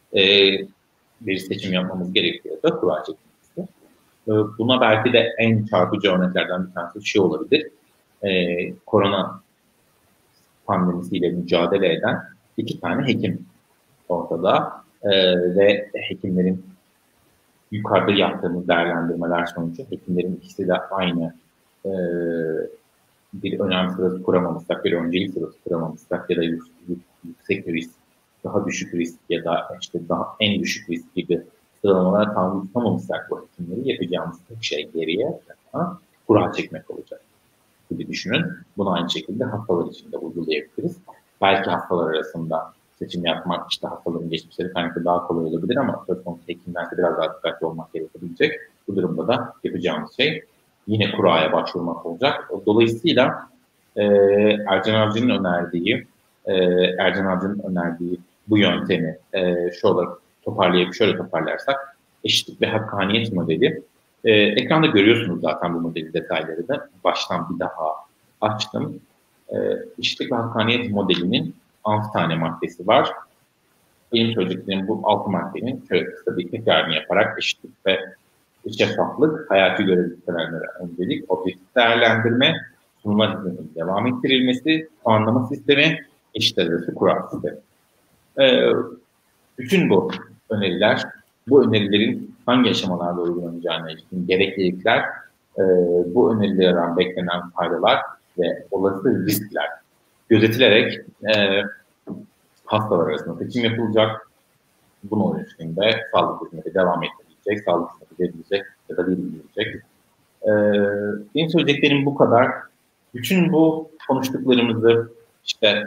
bir seçim yapmamız gerekiyor da kura çekilmesi. Buna belki de en çarpıcı örneklerden bir tanesi şey olabilir: korona pandemisiyle mücadele eden 2 tane hekim ortada ve hekimlerin yukarıda yaptığımız değerlendirmeler sonucu hekimlerin ikisi de aynı bir önem sırası kuramamışsak, bir öncelik sırası kuramamışsak ya da yüksek risk, daha düşük risk ya da işte daha en düşük risk gibi sıralamalara tabi tutamamışsak bu hekimleri, yapacağımız tek şey geriye kura çekmek olacak gibi düşünün. Bunu aynı şekilde hastalar için de uygulayabiliriz. Belki hastalar arasında seçim yapmak, işte hastaların geçmişleri kaynaklı daha kolay olabilir ama söz konusu hekimlerde biraz daha dikkatli olmak gerekebilecek. Bu durumda da yapacağımız şey yine kuraya başvurmak olacak. Dolayısıyla Ercan Avcı'nın önerdiği bu yöntemi şöyle toparlarsak: eşitlik ve hakkaniyet modeli. Ekranda görüyorsunuz zaten bu modelin detayları da. Baştan bir daha açtım. Eşitlik ve hakkaniyet modelinin 6 tane maddesi var. Benim söyleyeceklerim bu 6 maddenin şöyle kısa bir tekrarını yaparak: eşitlik ve şeffaflık, hayati görev üstlenenlere öncelik, objektif değerlendirme, sunulan hizmetin devam ettirilmesi, puanlama sistemi, eşitler arası kura sistemi. Bütün bu önerilerin hangi aşamalarda uygulanacağına ilişkin gereklilikler, bu önerilerden beklenen faydalar ve olası riskler gözetilerek hastalar arasında seçim yapılacak. Bunun ilişkinde sağlık hizmeti devam ettirilecek, sağlık hizmeti verilecek ya da verilmeyecek. Benim söyleyeceklerim bu kadar. Bütün bu konuştuklarımızı işte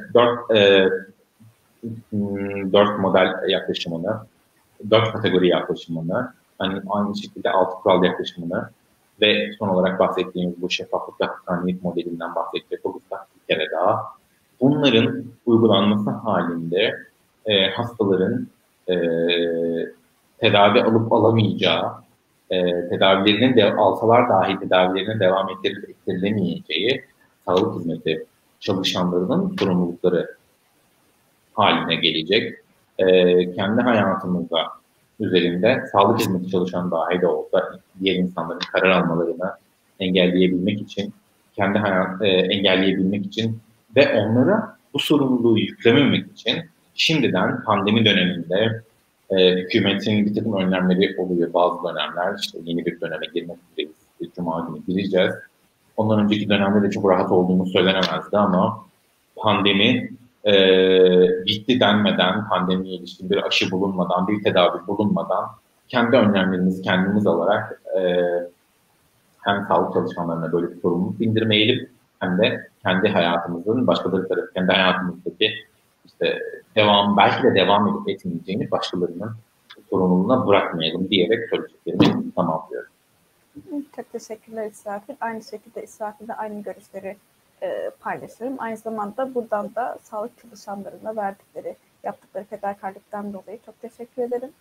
4 model yaklaşımını, 4 kategori yaklaşımını, hani aynı şekilde 6 kural yaklaşımını ve son olarak bahsettiğimiz bu şeffaflık ve hakkaniyet modelinden bahsedecek olursak bir kere daha, bunların uygulanması halinde hastaların tedavi alıp alamayacağı, tedavilerinin alsalar dahi tedavilerine devam ettirilemeyeceği sağlık hizmeti çalışanlarının sorumlulukları haline gelecek. Kendi hayatımızda üzerinde sağlık hizmeti çalışan dahi de olsa diğer insanların karar almalarını engelleyebilmek için, engelleyebilmek için ve onlara bu sorumluluğu yüklememek için şimdiden pandemi döneminde hükümetin bir takım önlemleri oluyor. Bazı dönemler işte yeni bir döneme girmek üzereyiz. Cuma günü gireceğiz. Ondan önceki dönemde de çok rahat olduğumuz söylenemezdi ama pandemi bitti denmeden, pandemiye ilişkin bir aşı bulunmadan, bir tedavi bulunmadan kendi önlemlerimizi kendimiz alarak hem sağlık çalışanlarına böyle bir sorumluluk bindirmeyelim hem de kendi hayatımızın başkaları tarafı, kendi hayatımızdaki işte belki de devam edip etmeyeceğini başkalarının sorumluluğuna bırakmayalım diyerek söyleyeceklerimi tamamlıyorum. Çok teşekkürler İsrafil. Aynı şekilde İsrafil'de aynı görüşleri paylaşırım. Aynı zamanda buradan da sağlık çalışanlarına yaptıkları fedakarlıktan dolayı çok teşekkür ederim.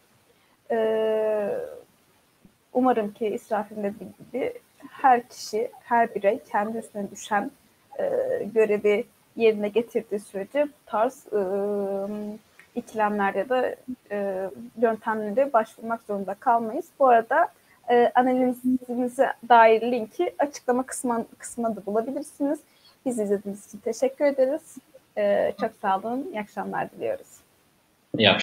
Umarım ki İsrafil'in dediği gibi her kişi, her birey kendi üstüne düşen görevi yerine getirdiği sürece bu tarz ikilemlerde ya da yöntemlere başvurmak zorunda kalmayız. Bu arada analizimize dair linki açıklama kısmına da bulabilirsiniz. Bizi izlediğiniz için teşekkür ederiz. Çok sağ olun. İyi akşamlar diliyoruz. İyi akşamlar.